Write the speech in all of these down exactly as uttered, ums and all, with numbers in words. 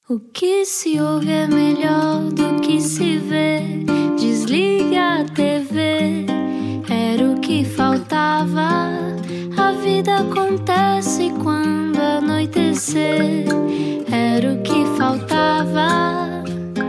O que se ouve é melhor do que se vê. Desliga a T V, era o que faltava. A vida acontece quando anoitecer, era o que faltava.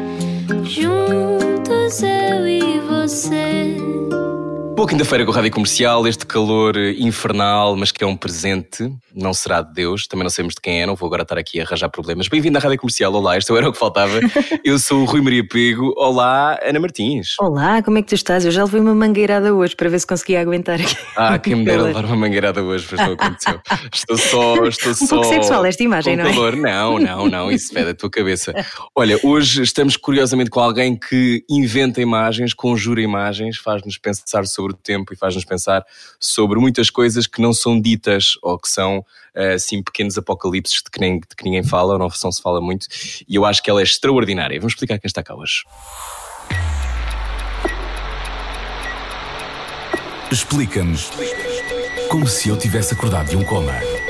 Juntos eu e você. Boa quinta-feira com a Rádio Comercial, este calor infernal, mas que é um presente, não será de Deus, também não sabemos de quem é, não vou agora estar aqui a arranjar problemas. Bem-vindo à Rádio Comercial, olá, este era o que faltava. Eu sou o Rui Maria Pego, olá, Ana Martins. Olá, como é que tu estás? Eu já levei uma mangueirada hoje para ver se conseguia aguentar aqui. Ah, quem me dera levar uma mangueirada hoje, mas não aconteceu. Estou só, estou um só... Um pouco sexual esta imagem, não é? Calor. Não, não, não, isso é da tua cabeça. Olha, hoje estamos curiosamente com alguém que inventa imagens, conjura imagens, faz-nos pensar sobre o tempo e faz-nos pensar sobre muitas coisas que não são ditas ou que são assim pequenos apocalipses de que, nem, de que ninguém fala ou não, não se fala muito, e eu acho que ela é extraordinária. Vamos explicar quem está cá hoje. Explica-nos como se eu tivesse acordado de um coma.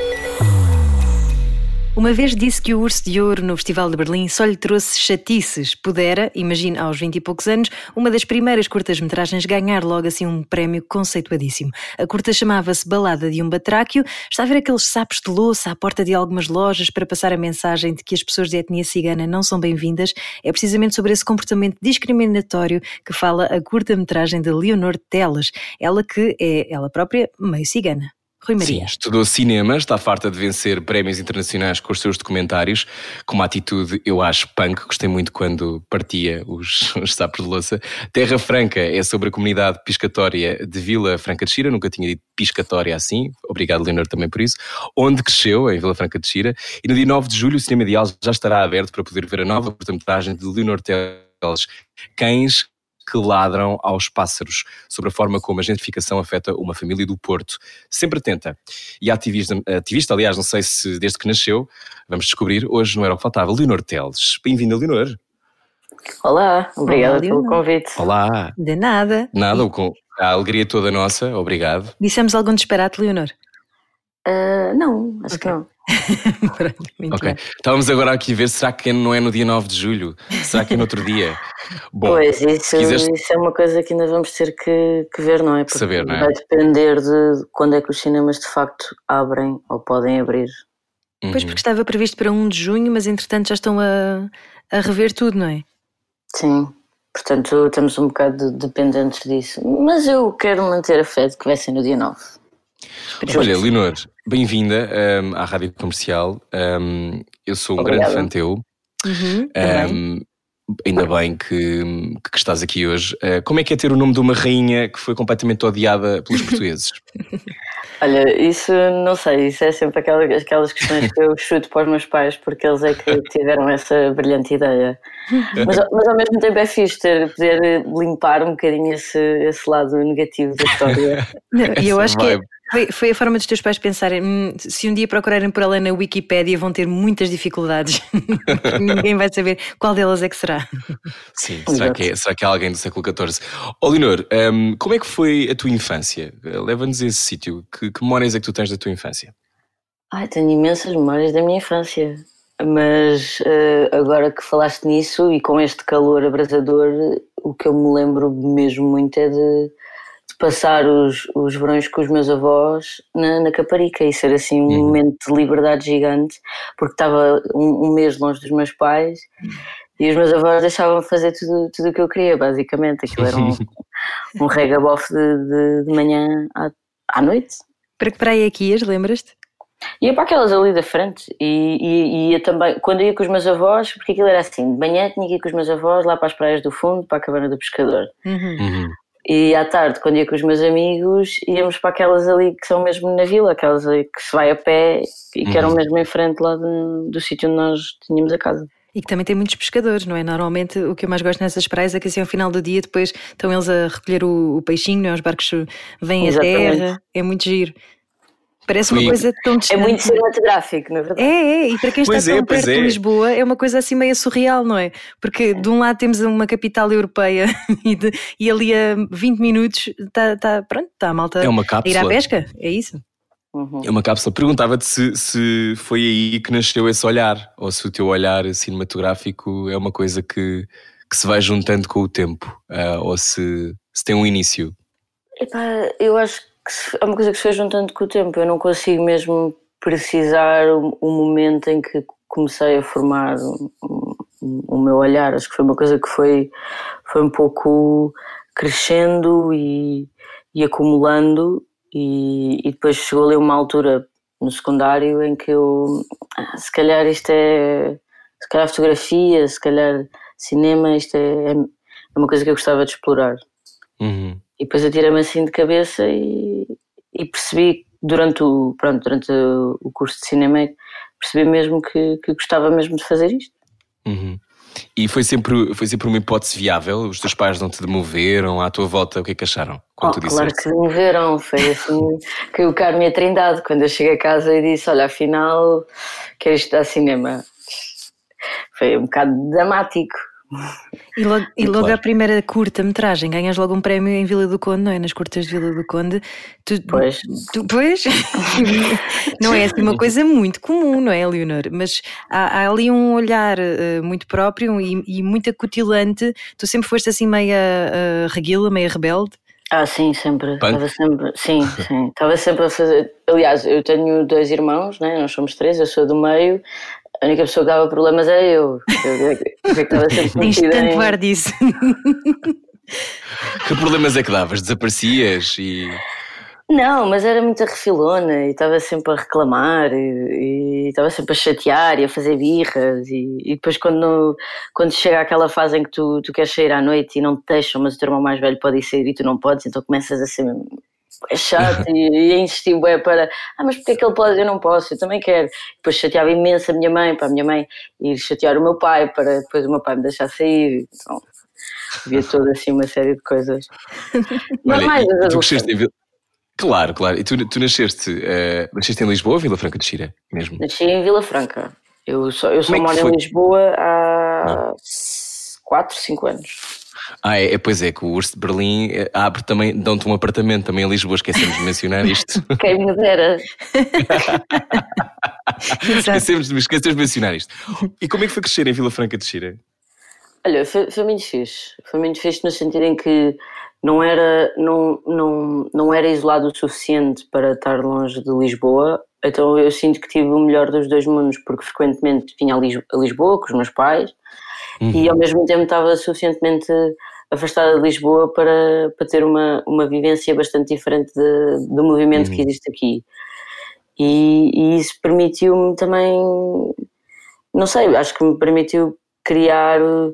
Uma vez disse que o Urso de Ouro no Festival de Berlim só lhe trouxe chatices. Pudera, imagine aos vinte e poucos anos, uma das primeiras curtas-metragens ganhar logo assim um prémio conceituadíssimo. A curta chamava-se Balada de um Batráquio. Está a ver aqueles sapos de louça à porta de algumas lojas para passar a mensagem de que as pessoas de etnia cigana não são bem-vindas? É precisamente sobre esse comportamento discriminatório que fala a curta-metragem de Leonor Teles, ela que é, ela própria, meio cigana. Rui Maria. Sim, estudou cinema, está farta de vencer prémios internacionais com os seus documentários, com uma atitude, eu acho, punk. Gostei muito quando partia os, os sapos de louça. Terra Franca é sobre a comunidade piscatória de Vila Franca de Xira, nunca tinha dito piscatória assim, obrigado Leonor também por isso, onde cresceu, em Vila Franca de Xira, e no dia nove de julho o Cinema Ideal já estará aberto para poder ver a nova curta-metragem de Leonor Teles, Cães que Ladram aos Pássaros, sobre a forma como a gentrificação afeta uma família do Porto. Sempre atenta. E a ativista, ativista, aliás, não sei se desde que nasceu, vamos descobrir, hoje não era o que faltava, Leonor Teles. Bem-vinda, Leonor. Olá, obrigada Olá, pelo convite. Olá. De nada. Nada, e... com a alegria toda nossa, obrigado. Dissemos algum disparate, Leonor? Uh, não, acho okay. que não. Pronto, muito ok, bem. Estávamos agora aqui a ver, será que não é no dia nove de julho? Será que é no outro dia? Bom, pois, isso, quiseste... isso é uma coisa que ainda vamos ter que, que ver, não é? Porque saber, não é? Vai depender de quando é que os cinemas de facto abrem ou podem abrir. Uhum. Pois, porque estava previsto para um de junho, mas entretanto já estão a, a rever tudo, não é? Sim, portanto estamos um bocado dependentes disso. Mas eu quero manter a fé de que vai ser no dia nove. Olha, Leonor, bem-vinda um, à Rádio Comercial. Um, eu sou um Obrigada. grande fã teu. Uhum, um, ainda bem que, que estás aqui hoje. Uh, como é que é ter o nome de uma rainha que foi completamente odiada pelos portugueses? Olha, isso não sei, isso é sempre aquelas, aquelas questões que eu chuto para os meus pais, porque eles é que tiveram essa brilhante ideia. Mas, mas ao mesmo tempo é fixe ter, poder limpar um bocadinho esse, esse lado negativo da história. E eu acho que é, foi, foi a forma dos teus pais pensarem, hum, se um dia procurarem por ela na Wikipédia vão ter muitas dificuldades. Ninguém vai saber qual delas é que será. Sim, será que, é, será que é alguém do século catorze? Oh, Leonor, um, como é que foi a tua infância? Leva-nos a esse sítio. Que, que memórias é que tu tens da tua infância? Ai, tenho imensas memórias da minha infância. Mas uh, agora que falaste nisso e com este calor abrasador, o que eu me lembro mesmo muito é de, de passar os, os verões com os meus avós na, na Caparica e ser assim um uhum. momento de liberdade gigante, porque estava um, um mês longe dos meus pais e os meus avós deixavam-me fazer tudo, tudo o que eu queria, basicamente. Aquilo era um, um regabof de, de, de manhã à, à noite. Para que praia é que ias, lembras-te? Ia para aquelas ali da frente e, e, e ia também, quando ia com os meus avós, porque aquilo era assim, de manhã tinha que ir com os meus avós lá para as praias do fundo, para a cabana do pescador. Uhum. Uhum. E à tarde, quando ia com os meus amigos, íamos para aquelas ali que são mesmo na vila, aquelas ali que se vai a pé e que uhum. eram mesmo em frente lá do, do sítio onde nós tínhamos a casa. E que também tem muitos pescadores, não é? Normalmente o que eu mais gosto nessas praias é que assim ao final do dia depois estão eles a recolher o, o peixinho, não é? Os barcos vêm à terra, é muito giro. Parece uma coisa tão distante. É muito cinematográfico, na verdade. É, é, e para quem está pois tão é, perto é. de Lisboa é uma coisa assim meio surreal, não é? Porque de um lado temos uma capital europeia e, de, e ali a vinte minutos está tá, pronto, está a malta é uma a ir à pesca, é isso? Uhum. É uma cápsula. Perguntava-te se, se foi aí que nasceu esse olhar, ou se o teu olhar cinematográfico é uma coisa que, que se vai juntando com o tempo, uh, ou se, se tem um início. Epá, eu acho que é uma coisa que se foi juntando com o tempo. Eu não consigo mesmo precisar o, o momento em que comecei a formar o, o, o meu olhar. Acho que foi uma coisa que foi, foi um pouco crescendo e, e acumulando. E, e depois chegou ali uma altura no secundário em que eu, ah, se calhar isto é, se calhar fotografia, se calhar cinema, isto é, é uma coisa que eu gostava de explorar. Uhum. E depois atirei-me assim de cabeça e, e percebi durante o, pronto, durante o curso de cinema, percebi mesmo que, que gostava mesmo de fazer isto. Uhum. E foi sempre, foi sempre uma hipótese viável? Os teus pais não te demoveram à tua volta? O que é que acharam? Oh, tu claro que demoveram. Foi assim que o Carme a Trindade, quando eu cheguei a casa e disse, olha, afinal quero estudar cinema. Foi um bocado dramático. E logo, e e logo claro. a primeira curta-metragem, ganhas logo um prémio em Vila do Conde, não é? Nas curtas de Vila do Conde. Tu, pois. Tu, pois? Não é assim uma coisa muito comum, não é, Leonor? Mas há, há ali um olhar uh, muito próprio e, e muito acutilante. Tu sempre foste assim meia uh, reguila, meia rebelde? Ah, sim, sempre. Estava sempre, sim, sim. Estava sempre a fazer. Aliás, eu tenho dois irmãos, né? Nós somos três, eu sou do meio. A única pessoa que dava problemas era eu. Eu, eu, eu estava sempre Tens tanto em... ar disso. Que problemas é que davas? Desaparecias e... Não, mas era muito refilona e estava sempre a reclamar e, e estava sempre a chatear e a fazer birras e, e depois quando, quando chega aquela fase em que tu, tu queres sair à noite e não te deixam, mas o teu irmão mais velho pode ir sair e tu não podes, então começas a ser é chato e, e a insistir bué para ah, mas porque é que ele pode e eu não posso, eu também quero. Depois chateava imenso a minha mãe, para a minha mãe ir chatear o meu pai para depois o meu pai me deixar sair, então havia toda assim uma série de coisas. Olha, Normais, e, e tu cresceste em Vila... Claro, claro. E tu, tu nasceste, uh, nasceste em Lisboa ou Vila Franca de Xira mesmo? Nasci em Vila Franca. Eu só, eu só é moro foi? em Lisboa há quatro, cinco anos. Ah, é, é, pois é, que o Urso de Berlim abre também, dão-te um apartamento também em Lisboa, esquecemos de mencionar isto. Quem me dera. esquecemos, de, esquecemos de mencionar isto. E como é que foi crescer em Vila Franca de Xira? Olha, foi, foi muito fixe. Foi muito fixe no sentido em que não era, não, não, não era isolado o suficiente para estar longe de Lisboa, então eu sinto que tive o melhor dos dois mundos, porque frequentemente vinha a, Lis- a Lisboa com os meus pais, uhum. E ao mesmo tempo estava suficientemente afastada de Lisboa para, para ter uma, uma vivência bastante diferente de, do movimento uhum. que existe aqui. E, e isso permitiu-me também, não sei, acho que me permitiu criar uh,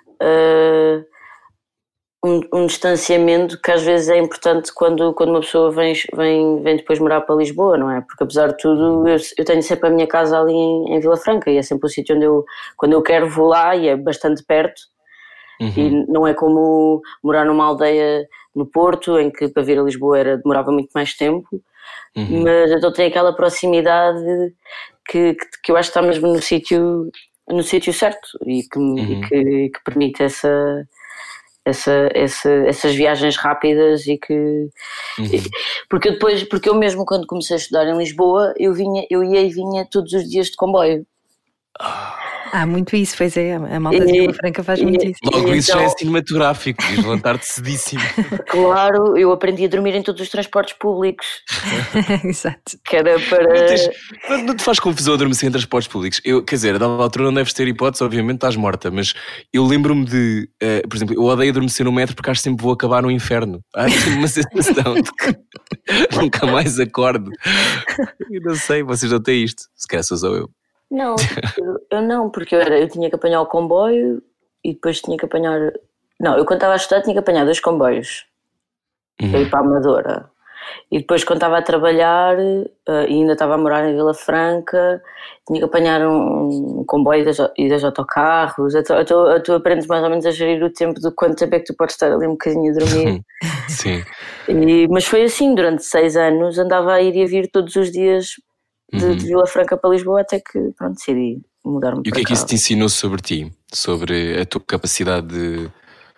um, um distanciamento que às vezes é importante quando, quando uma pessoa vem, vem, vem depois morar para Lisboa, não é? Porque apesar de tudo eu, eu tenho sempre a minha casa ali em, em Vila Franca e é sempre o sítio onde eu, quando eu quero, vou lá e é bastante perto. Uhum. E não é como morar numa aldeia no Porto, em que para vir a Lisboa era, demorava muito mais tempo, uhum. Mas então tem aquela proximidade que, que, que eu acho que está mesmo no sítio no sítio certo e que, uhum. e que, que permite essa, essa, essa, essas viagens rápidas e que uhum. porque eu depois, porque eu mesmo quando comecei a estudar em Lisboa eu, vinha, eu ia e vinha todos os dias de comboio. Há muito isso, pois é, a malta de Vila Franca faz e, muito isso. Logo isso então, já é cinematográfico, e levantar-te cedíssimo. Claro, eu aprendi a dormir em todos os transportes públicos. Exato. Que era para... Não, tens, não, não te faz confusão adormecer em transportes públicos? Eu, quer dizer, a dada altura não deves ter hipótese, obviamente estás morta, mas eu lembro-me de, uh, por exemplo, eu odeio adormecer no metro porque acho que sempre vou acabar no inferno. Ah, tenho uma sensação de que nunca mais acordo. Eu não sei, vocês não têm isto, se calhar sou só eu. Não, eu não, porque eu, era, eu tinha que apanhar o comboio e depois tinha que apanhar... Não, eu quando estava a estudar tinha que apanhar dois comboios uhum. para ir para a Amadora. E depois quando estava a trabalhar uh, e ainda estava a morar em Vila Franca, tinha que apanhar um, um comboio e dois autocarros. Então, tu, tu aprendes mais ou menos a gerir o tempo de quanto tempo é que tu podes estar ali um bocadinho a dormir. Sim. E, mas foi assim, durante seis anos andava a ir e a vir todos os dias de, uhum. de Vila Franca para Lisboa até que pronto, decidi mudar-me para cá. E o que é que isso te ensinou sobre ti? Sobre a tua capacidade de,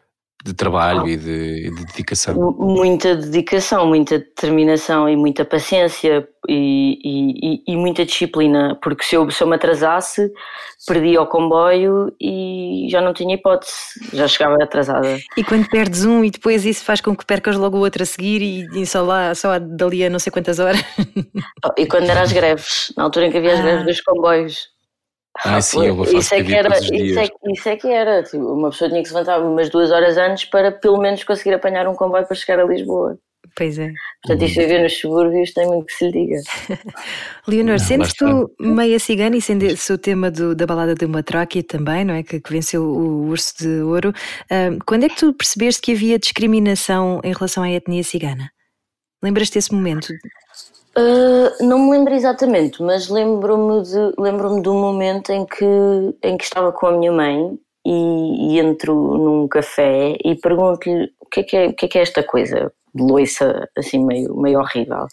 de trabalho e de, de dedicação. Muita dedicação, muita determinação e muita paciência e, e, e muita disciplina, porque se eu, se eu me atrasasse, perdia o comboio e já não tinha hipótese, já chegava atrasada. E quando perdes um e depois isso faz com que percas logo o outro a seguir e, e só lá, só há dali a não sei quantas horas? E quando eram as greves, na altura em que havia as Ah. greves dos comboios. Ah, sim, é uma fase Isso é que que havia era, todos os isso dias. é, que- isso é que era. Tipo, uma pessoa tinha que se levantar umas duas horas antes para pelo menos conseguir apanhar um comboio para chegar a Lisboa. Pois é. Portanto, isto viver nos subúrbios tem muito que se lhe diga. Leonor, Não, sentes lá tu meia cigana e sendo esse o tema do, da balada de uma Tráquea também, não é? Que, que venceu o Urso de Ouro. Ah, quando é que tu percebeste que havia discriminação em relação à etnia cigana? Lembras-te desse momento? Uh, não me lembro exatamente, mas lembro-me de, lembro-me de um momento em que, em que estava com a minha mãe e, e entro num café e pergunto-lhe o que é que é, o que é, que é esta coisa de loiça assim meio, meio horrível.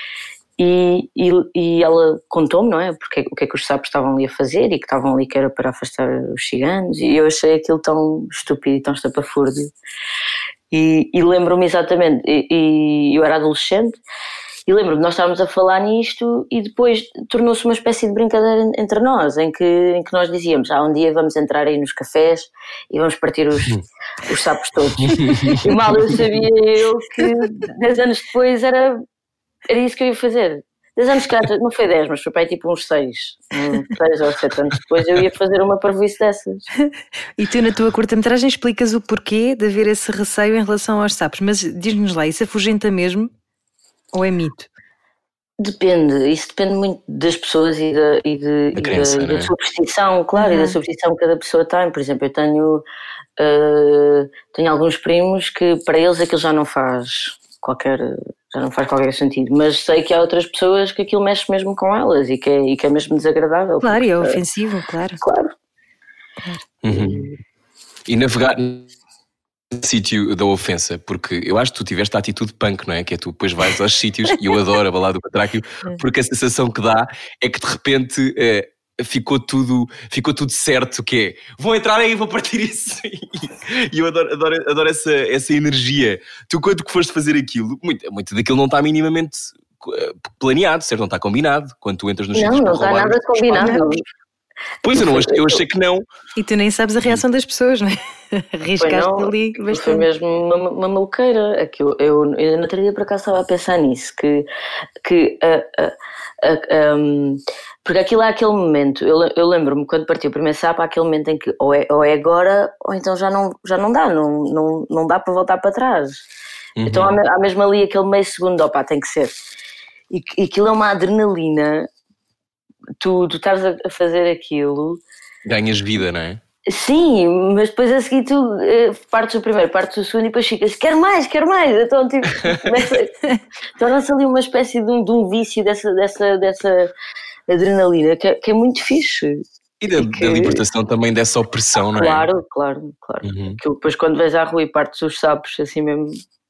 E, e, e ela contou-me, não é? Porque, o que é que os sapos estavam ali a fazer e que estavam ali que era para afastar os ciganos, e eu achei aquilo tão estúpido e tão estapafúrdio. E, e lembro-me exatamente, e, e eu era adolescente. E lembro-me, nós estávamos a falar nisto e depois tornou-se uma espécie de brincadeira entre nós, em que, em que nós dizíamos, ah, um dia vamos entrar aí nos cafés e vamos partir os, os sapos todos. E mal eu sabia eu que dez anos depois era, era isso que eu ia fazer. Dez anos, claro, não foi dez, mas foi para aí tipo uns seis, uns seis ou sete anos depois eu ia fazer uma parvoíce dessas. E tu na tua curta-metragem explicas o porquê de haver esse receio em relação aos sapos, mas diz-nos lá, isso afugenta mesmo? Ou é mito? Depende, isso depende muito das pessoas e da, e de, Da e crença, da, não é? da superstição, claro, e Uhum. da superstição que cada pessoa tem. Por exemplo, eu tenho, uh, tenho alguns primos que para eles aquilo já não faz qualquer, já não faz qualquer sentido, mas sei que há outras pessoas que aquilo mexe mesmo com elas e que é, e que é mesmo desagradável. Claro, e é porque, ofensivo, claro. Claro. Uhum. E navegar no sítio da ofensa, porque eu acho que tu tiveste a atitude punk, não é? Que é tu depois vais aos sítios, e eu adoro a balada do Patráquio, porque a sensação que dá é que de repente eh, ficou, tudo, ficou tudo certo, que é, vou entrar aí e vou partir isso. E eu adoro, adoro, adoro essa, essa energia. Tu quando que foste fazer aquilo, muito, muito daquilo não está minimamente eh, planeado, certo? Não está combinado. Quando tu entras nos Não, sítios não para está roubar, nada combinado. Pois eu, não, achei- eu achei que não. E tu nem sabes a reação das pessoas, não é? Foi, Arriscaste não, ali foi bastante. mesmo uma, uma maluqueira. É que eu, eu, eu na outro dia por acaso estava a pensar nisso, que, que uh, uh, uh, um, porque aquilo é aquele momento, eu, eu lembro-me quando partiu o primeiro sapo, há aquele momento em que ou é, ou é agora ou então já não, já não dá, não, não, não dá para voltar para trás. Uhum. Então há, me- há mesmo ali aquele meio segundo, opá, tem que ser. E, e aquilo é uma adrenalina, tu, tu estás a a fazer aquilo. Ganhas vida, não é? Sim, mas depois a seguir tu eh, partes do primeiro, partes do segundo e depois ficas, quero mais, quero mais. Então, tipo, começa- torna-se ali uma espécie de um, de um vício dessa, dessa, dessa adrenalina que é, que é muito fixe. E da, E que- da libertação também dessa opressão, não é? Claro, claro, claro. Uhum. Que depois quando vais à rua e partes os sapos assim mesmo.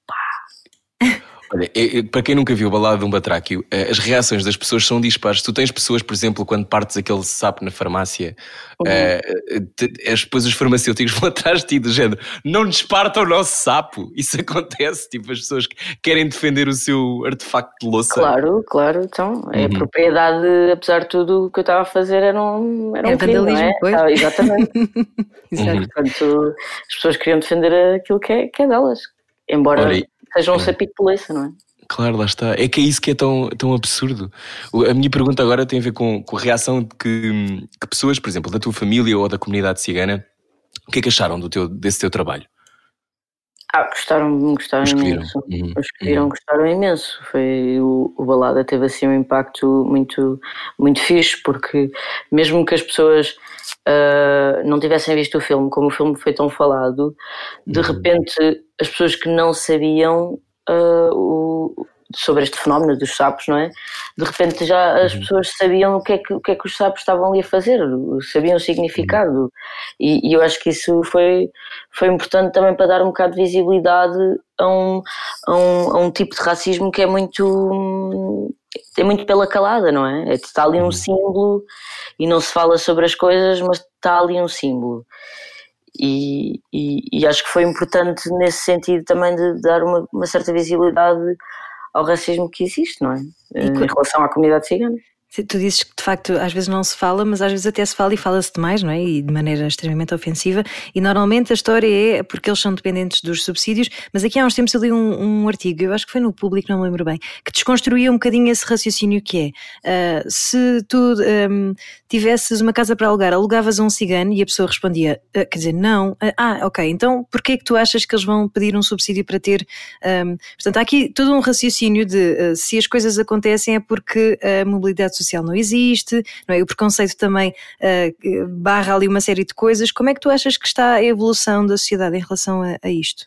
Olha, eu- eu- para quem nunca viu a balada de um batráquio, eh, as reações das pessoas são dispares. Tu tens pessoas, por exemplo, quando partes aquele sapo na farmácia, eh, te- as- depois os farmacêuticos vão atrás de ti do género, não despartam o nosso sapo. Isso acontece, tipo, as pessoas que querem defender o seu artefacto de louça. Claro, claro. Então, é Uhum. a propriedade, apesar de tudo o que eu estava a fazer era um, era É um crime, não vandalismo, é? pois. Ah, exatamente. Exato. Uhum. Portanto, as pessoas queriam defender aquilo que é, que é delas. Embora Olha, seja um é. sapito de leiça, não é? Claro, lá está. É que é isso que é tão, tão absurdo. O- A minha pergunta agora tem a ver com, com a reação de que, que pessoas, por exemplo, da tua família ou da comunidade cigana, o que é que acharam do teu, desse teu trabalho? Ah, gostaram, gostaram Os que viram. imenso. Uhum. Os que viram Uhum. gostaram imenso. Foi, o, o Balada teve assim um impacto muito, muito fixe, porque mesmo que as pessoas ah, não tivessem visto o filme, como o filme foi tão falado, de Uhum. repente as pessoas que não sabiam ah, o, sobre este fenómeno dos sapos, não é? De repente já as Uhum. pessoas sabiam o que, é que, o que é que os sapos estavam ali a fazer, sabiam o significado. E, e eu acho que isso foi, foi importante também para dar um bocado de visibilidade a um, a um, a um tipo de racismo que é muito, hum, é muito pela calada, não é? Está ali um símbolo e não se fala sobre as coisas, mas está ali um símbolo. e, e, e acho que foi importante nesse sentido também de dar uma, uma certa visibilidade ao racismo que existe, não é? E em relação à comunidade cigana. Tu dizes que de facto às vezes não se fala, mas às vezes até se fala e fala-se demais, não é? E de maneira extremamente ofensiva, e normalmente a história é porque eles são dependentes dos subsídios, mas aqui há uns tempos eu li um, um artigo, eu acho que foi no Público, não me lembro bem, que desconstruía um bocadinho esse raciocínio que é, uh, se tu um, tivesses uma casa para alugar, alugavas a um cigano e a pessoa respondia, uh, quer dizer, não, uh, ah, ok, então porquê é que tu achas que eles vão pedir um subsídio para ter, um, portanto há aqui todo um raciocínio de uh, se as coisas acontecem é porque a mobilidade social não existe, não é? O preconceito também uh, barra ali uma série de coisas. Como é que tu achas que está a evolução da sociedade em relação a, a isto?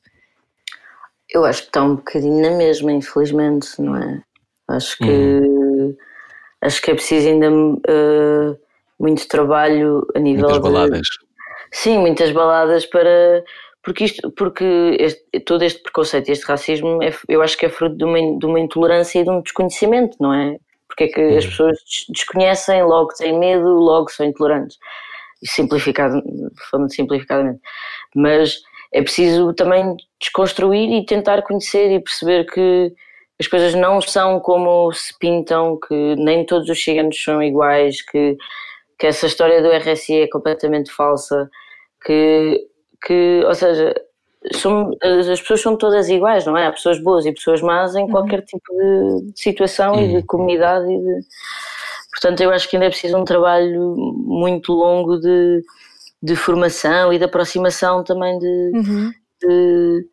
Eu acho que está um bocadinho na mesma, infelizmente, não é? Acho que, hum. acho que é preciso ainda uh, muito trabalho a nível muitas de... baladas. Sim, muitas baladas para... Porque, isto, porque este, todo este preconceito e este racismo, é, eu acho que é fruto de uma, de uma intolerância e de um desconhecimento, não é? Porque é que uhum. as pessoas desconhecem, logo têm medo, logo são intolerantes. Simplificado, falando simplificadamente. Mas é preciso também desconstruir e tentar conhecer e perceber que as coisas não são como se pintam, que nem todos os ciganos são iguais, que, que essa história do R S I é completamente falsa, que, que ou seja... São, as pessoas são todas iguais, não é? Há pessoas boas e pessoas más em qualquer tipo de situação uhum. e de comunidade e de... Portanto, eu acho que ainda é preciso um trabalho muito longo de, de formação e de aproximação também de, uhum. de,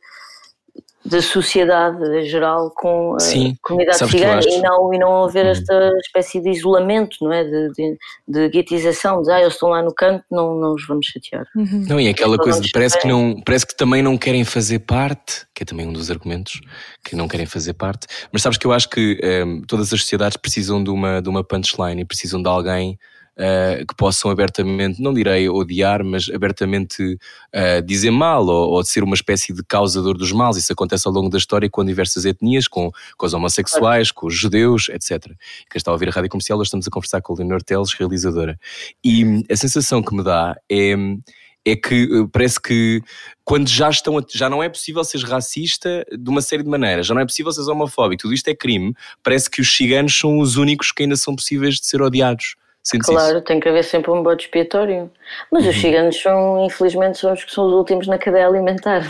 da sociedade em geral com a Sim, comunidade cigana e não, e não haver uhum. esta espécie de isolamento, não é? De, de, de guetização, de ah, eles estão lá no canto, não, não os vamos chatear. Uhum. Não, e aquela coisa de parece que, não, parece que também não querem fazer parte, que é também um dos argumentos, que não querem fazer parte, mas sabes que eu acho que um, todas as sociedades precisam de uma, de uma punchline e precisam de alguém Uh, que possam abertamente, não direi odiar, mas abertamente uh, dizer mal ou, ou de ser uma espécie de causador dos males. Isso acontece ao longo da história com diversas etnias, com, com os homossexuais, com os judeus, etcétera. Quem está a ouvir a Rádio Comercial, nós estamos a conversar com a Leonor Teles, realizadora. E a sensação que me dá é... é que parece que quando já estão a, já não é possível ser racista de uma série de maneiras, já não é possível ser homofóbico, tudo isto é crime, parece que os ciganos são os únicos que ainda são possíveis de ser odiados. Sentes claro, isso? Tem que haver sempre um bode expiatório. Mas uhum. os ciganos são, infelizmente, são os que são os últimos na cadeia alimentar.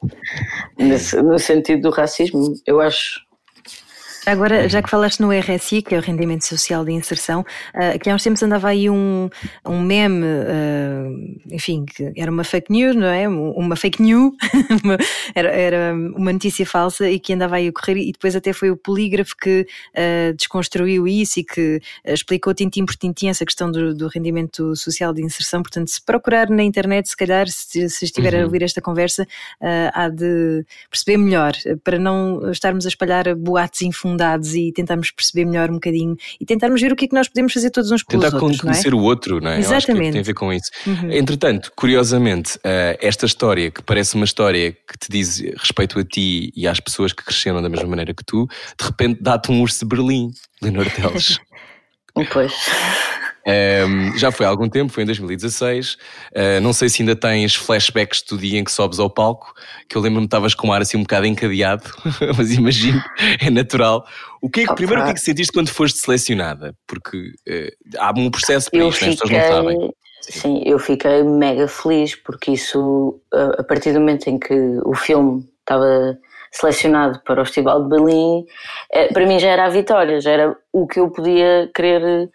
Nesse, no sentido do racismo, eu acho. Agora, já que falaste no R S I, que é o Rendimento Social de Inserção, uh, que há uns tempos andava aí um, um meme, uh, enfim, que era uma fake news, não é? Uma fake news, era, era uma notícia falsa e que andava aí a correr, e depois até foi o Polígrafo que uh, desconstruiu isso e que uh, explicou tintim por tintim essa questão do, do Rendimento Social de Inserção. Portanto, se procurar na internet, se calhar, se, se estiver uhum. a ouvir esta conversa, uh, há de perceber melhor, para não estarmos a espalhar boatos infundados e tentarmos perceber melhor um bocadinho e tentarmos ver o que é que nós podemos fazer todos uns pelos Tentar outros. Tentar conhecer não é? o outro, não é? Exatamente. Eu acho que tem a ver com isso. Uhum. Entretanto, curiosamente, esta história, que parece uma história que te diz respeito a ti e às pessoas que cresceram da mesma maneira que tu, de repente dá-te um urso de Berlim, Leonor Teles. Pois... Um, já foi há algum tempo, foi em dois mil e dezasseis. Uh, não sei se ainda tens flashbacks do dia em que sobes ao palco, que eu lembro-me que estavas com o ar assim um bocado encadeado, mas imagino, é natural. O que é que, primeiro, o que é que sentiste quando foste selecionada? Porque uh, há um processo para eu isto, fiquei, as pessoas não sabem. Sim. sim, eu fiquei mega feliz, porque isso, a partir do momento em que o filme estava selecionado para o Festival de Berlim, para mim já era a vitória, já era o que eu podia querer.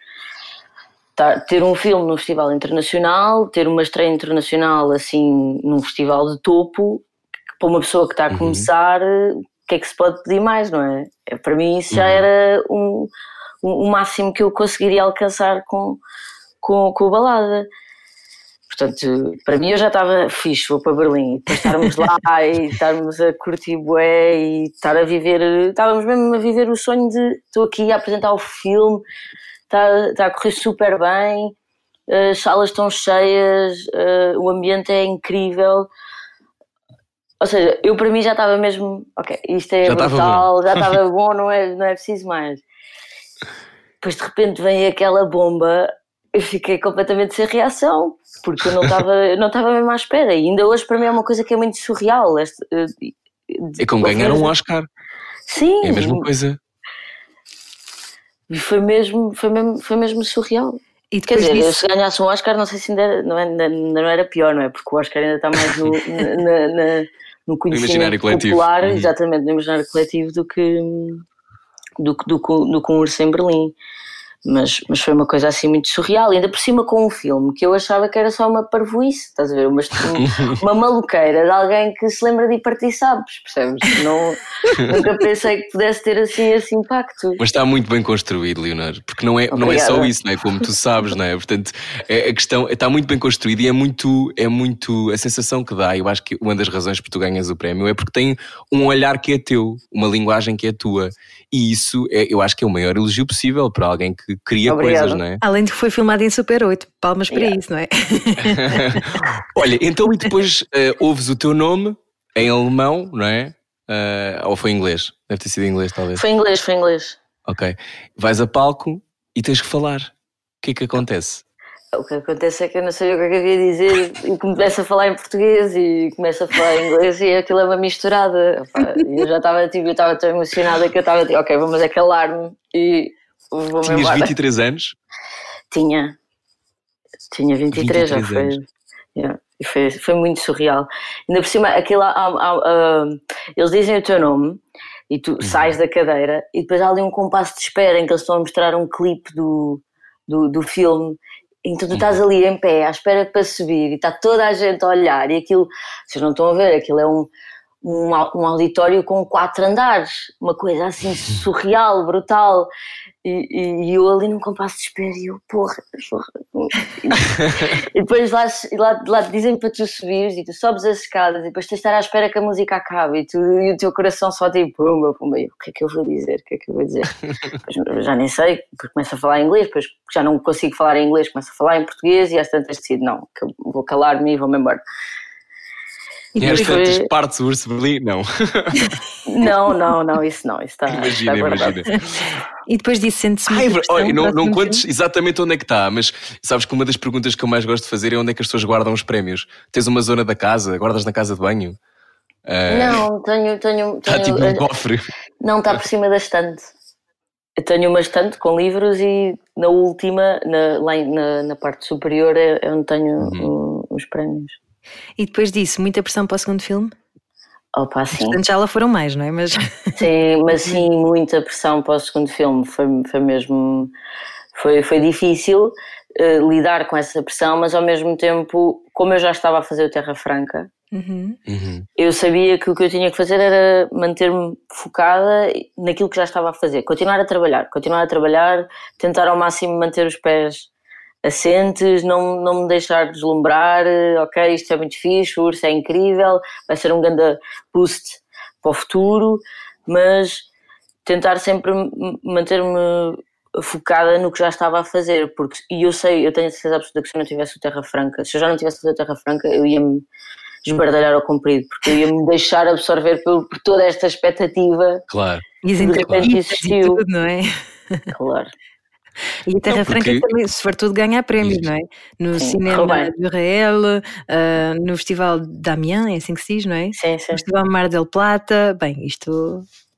Ter um filme num festival internacional, ter uma estreia internacional assim num festival de topo, para uma pessoa que está a começar, uhum. o que é que se pode pedir mais, não é? Para mim isso já uhum. era um, um, um máximo que eu conseguiria alcançar com, com, com a balada. Portanto, para mim eu já estava fixe, vou para Berlim, depois estarmos lá e estarmos a curtir bué e estar a viver, estávamos mesmo a viver o sonho de estou aqui a apresentar o filme. Está, está a correr super bem, as salas estão cheias, uh, o ambiente é incrível. Ou seja, eu para mim já estava mesmo, ok, isto é já brutal, já estava bom, não é, não é preciso mais. Depois de repente vem aquela bomba eu fiquei completamente sem reação, porque eu não estava eu não estava mesmo à espera. E ainda hoje para mim é uma coisa que é muito surreal. Este, é como ganhar um Oscar. Sim. É a mesma coisa. E foi mesmo, foi mesmo, foi mesmo surreal. E Quer dizer, disso... se ganhasse um Oscar, não sei se ainda era, não, ainda, ainda não era pior, não é? Porque o Oscar ainda está mais no, na, na, no conhecimento popular, uhum. exatamente, no imaginário coletivo, do que, do, do, do, do que um Urso em Berlim. Mas, mas foi uma coisa assim muito surreal, ainda por cima com um filme que eu achava que era só uma parvoíce, estás a ver? Uma, uma maluqueira de alguém que se lembra de ir partir sabes, percebes? Não, nunca pensei que pudesse ter assim esse impacto. Mas está muito bem construído, Leonor, porque não é, não é só isso, não é? Como tu sabes, não é? Portanto, é, a questão está muito bem construído e é muito, é muito a sensação que dá. Eu acho que uma das razões por tu ganhas o prémio é porque tem um olhar que é teu, uma linguagem que é tua. E isso é, eu acho que é o maior elogio possível para alguém que cria Obrigada. Coisas, não é? Além de que foi filmado em Super oito, palmas para yeah. isso, não é? Olha, então e depois uh, ouves o teu nome em alemão, não é? Uh, ou foi em inglês? Deve ter sido em inglês, talvez. Foi em inglês, foi em inglês. Ok. Vais a palco e tens que falar. O que é que acontece? O que acontece é que eu não sabia o que é que havia de dizer e começo a falar em português e começo a falar em inglês e aquilo é uma misturada. Eu já estava tipo, eu estava tão emocionada que eu estava tipo, ok, vamos acalar-me e vou-me embora. Tinhas vinte e três anos? Tinha. Tinha vinte e três, já foi. Yeah. E foi, foi muito surreal. Ainda por cima, aquilo, há, há, há, eles dizem o teu nome e tu uhum. sais da cadeira e depois há ali um compasso de espera em que eles estão a mostrar um clipe do, do, do filme. Então tu estás ali em pé à espera para subir e está toda a gente a olhar e aquilo, vocês não estão a ver, aquilo é um, um, um auditório com quatro andares, uma coisa assim surreal, brutal. E, e, e eu ali num compasso de espera e eu, porra, porra. E, e depois lá, lá, lá dizem para tu subires e tu sobes as escadas e depois tens de estar à espera que a música acabe e, tu, e o teu coração só tipo, pumba, pumba, e o que é que eu vou dizer, o que é que eu vou dizer? Depois, já nem sei, porque começo a falar em inglês, depois já não consigo falar em inglês, começo a falar em português e às tantas decido, não, que vou calar-me e vou-me embora. E às tantas foi... partes o Urso Berlim, não. Não, não, não, isso não, isso está Imagina, está imagina. E depois disso sente-se Ai, muito olha, não, não contes exatamente onde é que está, mas sabes que uma das perguntas que eu mais gosto de fazer é onde é que as pessoas guardam os prémios. Tens uma zona da casa, guardas na casa de banho? Uh... Não, tenho... tenho, tenho está tipo num cofre? Não, está por cima da estante. Eu tenho uma estante com livros e na última, na, lá na, na parte superior é onde tenho uhum. os prémios. E depois disso, muita pressão para o segundo filme? Opa, sim. Portanto, já lá foram mais, não é? Mas... Sim, mas sim, muita pressão para o segundo filme. Foi, foi mesmo... Foi, foi difícil uh, lidar com essa pressão, mas ao mesmo tempo, como eu já estava a fazer o Terra Franca, uhum. Uhum. eu sabia que o que eu tinha que fazer era manter-me focada naquilo que já estava a fazer. Continuar a trabalhar, continuar a trabalhar, tentar ao máximo manter os pés assentes, não, não me deixar deslumbrar, ok, isto é muito fixe, o Urso é incrível, vai ser um grande boost para o futuro, mas tentar sempre manter-me focada no que já estava a fazer, porque, e eu sei, eu tenho a certeza absoluta que se eu não tivesse o Terra Franca, se eu já não tivesse o Terra Franca, eu ia-me esbardalhar ao comprido, porque eu ia-me deixar absorver por, por toda esta expectativa. Claro. E de repente existiu. Tudo, não é? Claro. E a Terra não, porque... Franca também, se for tudo, ganhar prémios, não é? No sim, cinema do Israel, uh, no Festival d'Amiens, é assim que se diz, não é? Sim, sim. No Festival Mar del Plata, bem, isto...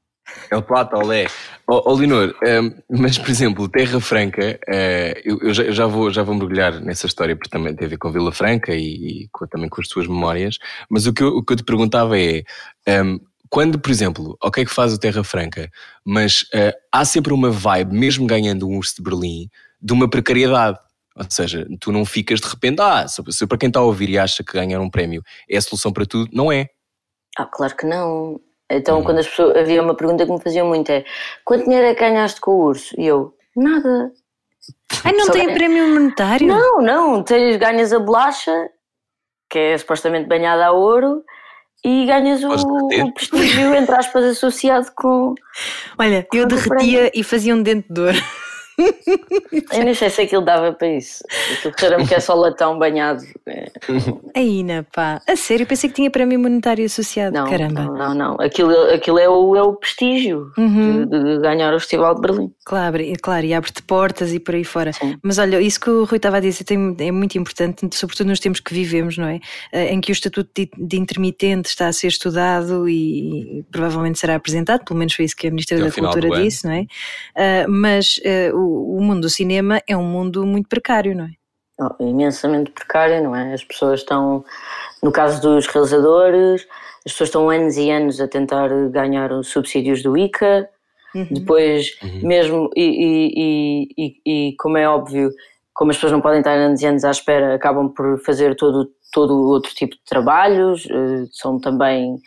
El Plata, olé. Oh, oh Leonor, um, mas por exemplo, Terra Franca, uh, eu, eu, já, eu já, vou, já vou mergulhar nessa história, porque também tem a ver com Vila Franca e, e com, também com as tuas memórias, mas o que eu, o que eu te perguntava é... Um, quando, por exemplo, ok que faz o Terra Franca, mas uh, há sempre uma vibe, mesmo ganhando um Urso de Berlim, de uma precariedade. Ou seja, tu não ficas de repente, ah, se, se para quem está a ouvir e acha que ganhar um prémio é a solução para tudo, não é. Ah, claro que não. Então, hum. quando as pessoas, havia uma pergunta que me faziam muito, é, quanto dinheiro é que ganhaste com o Urso? E eu, nada. Ai, não Só tem ganha... prémio monetário? Não, não, tens, ganhas a bolacha, que é supostamente banhada a ouro, e ganhas o, o prestígio, entre aspas, associado com... Olha, com eu derretia e fazia um dente de ouro. Eu nem sei se aquilo dava para isso. Aquilo cheira-me que é só latão banhado. Ainda, pá. A sério, eu pensei que tinha prémio monetário associado. Não, Caramba. não, não, não. Aquilo, aquilo é, o, é o prestígio Uhum. de, de ganhar o Festival de Berlim. Claro, e- claro, e abre-te portas e por aí fora. Sim. Mas olha, isso que o Rui estava a dizer tem- é muito importante, sobretudo nos tempos que vivemos, não é? Eh, Em que o estatuto de, de intermitente está a ser estudado e, e provavelmente será apresentado, pelo menos foi isso que a Ministra Até ao da final Cultura do ano. disse, não é? Ah, mas eh, o, o mundo do cinema é um mundo muito precário, não é? Oh, imensamente precário, não é? As pessoas estão, no caso dos realizadores, as pessoas estão anos e anos a tentar ganhar os subsídios do I C A. Depois, mesmo, e, e, e, e, e como é óbvio, como as pessoas não podem estar anos e anos à espera, acabam por fazer todo, todo outro tipo de trabalhos, eh, são também,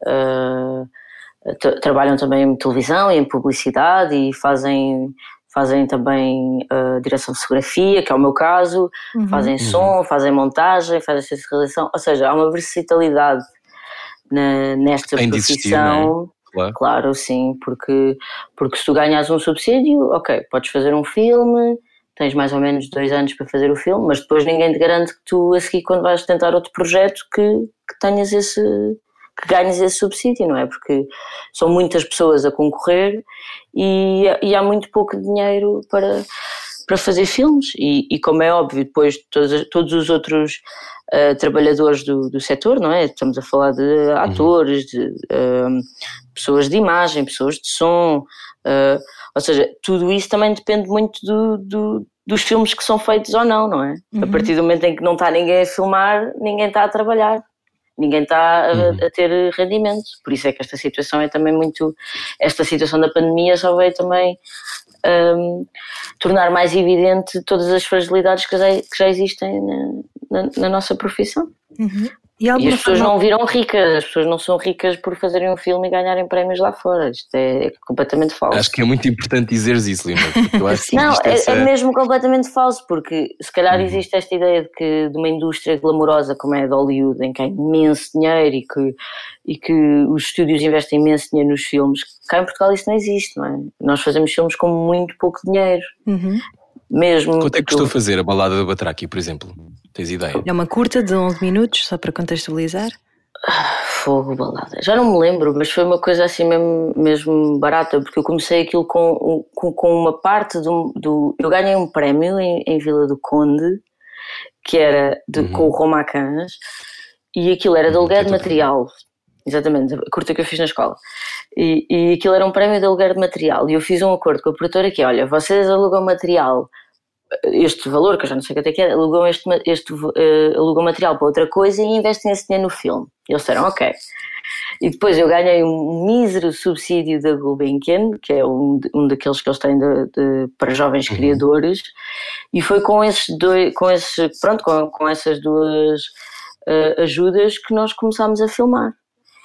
eh, tra- trabalham também em televisão e em publicidade e fazem, fazem também eh, direção de fotografia, que é o meu caso, fazem som, fazem montagem, fazem assistência de realização, ou seja, há uma versatilidade na, nesta Tem de existir, não é? profissão. Claro. Claro, sim, porque, porque se tu ganhas um subsídio, ok, podes fazer um filme, tens mais ou menos dois anos para fazer o filme, mas depois ninguém te garante que tu, a seguir, quando vais tentar outro projeto, que, que tenhas esse, que ganhes esse subsídio, não é? Porque são muitas pessoas a concorrer e, e há muito pouco dinheiro para, para fazer filmes. E, e como é óbvio, depois todos, todos os outros uh, trabalhadores do, do setor, não é? Estamos a falar de atores, de uh, pessoas de imagem, pessoas de som, uh, ou seja, tudo isso também depende muito do, do, dos filmes que são feitos ou não, não é? Uhum. A partir do momento em que não está ninguém a filmar, ninguém está a trabalhar. Ninguém está a, Uhum. a ter rendimento. Por isso é que esta situação é também muito... Esta situação da pandemia só veio também um, tornar mais evidente todas as fragilidades que já, que já existem na, na, na nossa profissão. Uhum. E, E alguma as pessoas forma- não viram ricas, as pessoas não são ricas por fazerem um filme e ganharem prémios lá fora. Isto é completamente falso. Acho que é muito importante dizeres isso, Lima, porque eu acho que Não, existe é, essa... é mesmo completamente falso, porque se calhar Uhum. existe esta ideia de que de uma indústria glamourosa como é a de Hollywood, em que há imenso dinheiro e que, e que os estúdios investem imenso dinheiro nos filmes. Cá em Portugal isso não existe, não é? Nós fazemos filmes com muito pouco dinheiro, Uhum. mesmo. Quanto é que porque- custou fazer a Balada da Batraqui, por exemplo? Tens ideia? É uma curta de onze minutos, só para contextualizar. Fogo, balada. Já não me lembro, mas foi uma coisa assim mesmo, mesmo barata, porque eu comecei aquilo com, com, com uma parte do, do... Eu ganhei um prémio em, em Vila do Conde, que era de, Uhum. com o Roma Cães, e aquilo era de Uhum, aluguer de que é tudo material. Exatamente, a curta que eu fiz na escola. E, e aquilo era um prémio de aluguer de material. E eu fiz um acordo com a produtora que, olha, vocês alugam material, este valor, que eu já não sei quanto é que é, alugam, este, este, uh, alugam material para outra coisa e investem esse dinheiro no filme. E eles disseram, ok. E depois eu ganhei um mísero subsídio da Gulbenkian, que é um, um daqueles que eles têm de, de, para jovens Uhum. criadores, e foi com esses dois, com esses, pronto, com, com essas duas uh, ajudas que nós começámos a filmar.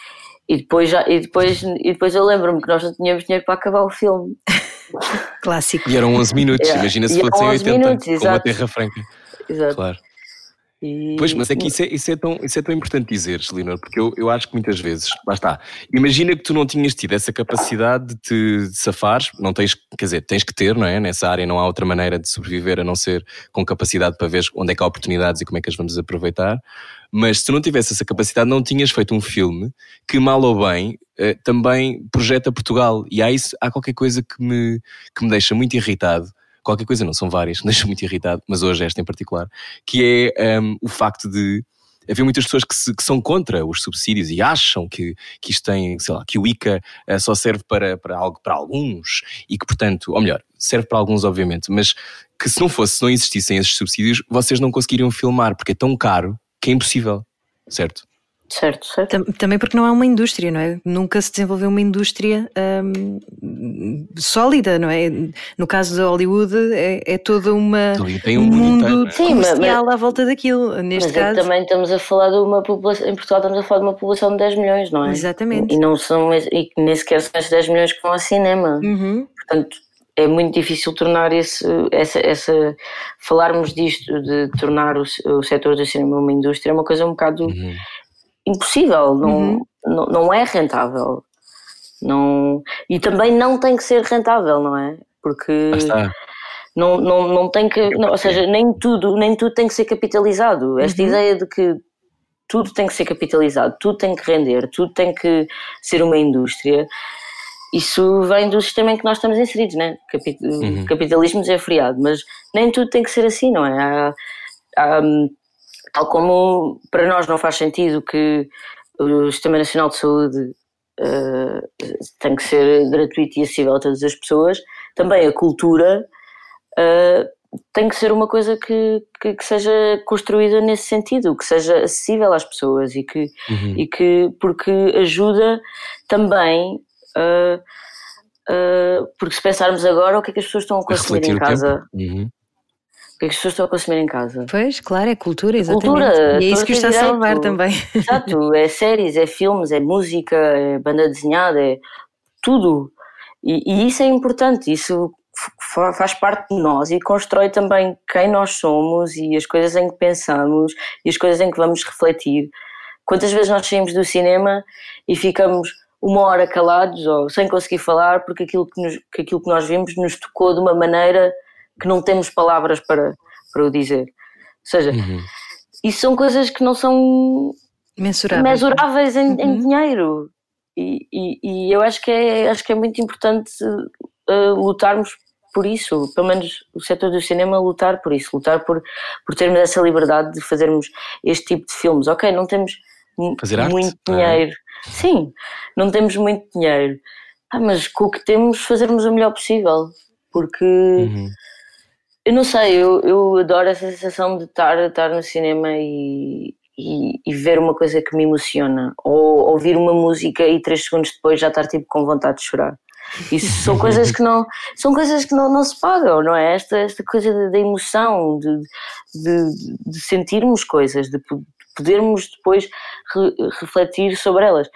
E depois, já, e depois, e depois eu lembro-me que nós não tínhamos dinheiro para acabar o filme. Clássico. E eram onze minutos, Yeah. imagina se E eram fossem onze oitenta, minutos, como a exato. Terra Franca. Exato. Claro. E... Pois, mas é que isso é, isso é, tão, isso é tão importante dizeres, Leonor, porque eu, eu acho que muitas vezes, lá está, imagina que tu não tinhas tido essa capacidade de te safares, não tens, quer dizer, tens que ter, não é? Nessa área não há outra maneira de sobreviver a não ser com capacidade para ver onde é que há oportunidades e como é que as vamos aproveitar, mas se tu não tivesse essa capacidade não tinhas feito um filme que, mal ou bem, eh, também projeta Portugal, e há, isso, há qualquer coisa que me, que me deixa muito irritado. Qualquer coisa, não, são várias, me deixa muito irritado, mas hoje esta em particular, que é um, o facto de haver muitas pessoas que, se, que são contra os subsídios e acham que, que isto tem, sei lá, que o I C A uh, só serve para, para, algo, para alguns e que, portanto, ou melhor, serve para alguns, obviamente, mas que se não fosse, se não existissem esses subsídios, vocês não conseguiriam filmar, porque é tão caro que é impossível, certo? Certo, certo. Tam- Também porque não há uma indústria, não é? Nunca se desenvolveu uma indústria hum, sólida, não é? No caso da Hollywood é, é toda uma Ali tem um mundo inteiro, não é? Sim, mas- comercial à volta daquilo. Neste Mas é que caso, também estamos a falar de uma população, em Portugal estamos a falar de uma população de dez milhões, não é? Exatamente. E, não são, e nem sequer são esses dez milhões que vão ao cinema. Uhum. Portanto, é muito difícil tornar esse, essa, essa, falarmos disto, de tornar o, o setor do cinema uma indústria, é uma coisa um bocado Uhum. impossível, não, Uhum. não, não é rentável. Não, e também não tem que ser rentável, não é? Porque Lá está. Não, não, não tem que, não, ou seja, nem tudo, nem tudo tem que ser capitalizado. Esta uhum. ideia de que tudo tem que ser capitalizado, tudo tem que render, tudo tem que ser uma indústria, isso vem do sistema em que nós estamos inseridos, né? Capit- uhum. Capitalismo é friado, mas nem tudo tem que ser assim, não é? Há, há, tal como para nós não faz sentido que o Sistema Nacional de Saúde uh, tem que ser gratuito e acessível a todas as pessoas, também a cultura uh, tem que ser uma coisa que, que, que seja construída nesse sentido, que seja acessível às pessoas e que, uhum. e que porque ajuda também, uh, uh, porque se pensarmos agora o que é que as pessoas estão a consumir a em casa, uhum. o que é que as pessoas estão a consumir em casa. Pois, claro, é cultura, exatamente. Cultura, e é isso que está a salvar também. Exato, é séries, é filmes, é música, é banda desenhada, é tudo. E, e isso é importante, isso faz parte de nós e constrói também quem nós somos e as coisas em que pensamos e as coisas em que vamos refletir. Quantas vezes nós saímos do cinema e ficamos uma hora calados ou sem conseguir falar porque aquilo que, nos, que aquilo que nós vimos nos tocou de uma maneira que não temos palavras para, para o dizer. Ou seja, uhum. isso são coisas que não são mensuráveis, mensuráveis em, uhum. em dinheiro. E, e, e eu acho que, é, acho que é muito importante uh, lutarmos por isso, pelo menos o setor do cinema lutar por isso, lutar por, por termos essa liberdade de fazermos este tipo de filmes. Ok, não temos Fazer muito arte, dinheiro. É? Sim, não temos muito dinheiro. Ah, mas com o que temos fazermos o melhor possível. Porque, uhum. eu não sei, eu, eu adoro essa sensação de estar, estar no cinema e, e, e ver uma coisa que me emociona. Ou ouvir uma música e três segundos depois já estar tipo com vontade de chorar. Isso são coisas que não são coisas que não, não se pagam, não é? Esta, esta coisa da emoção, de, de, de sentirmos coisas, de podermos depois re, refletir sobre elas.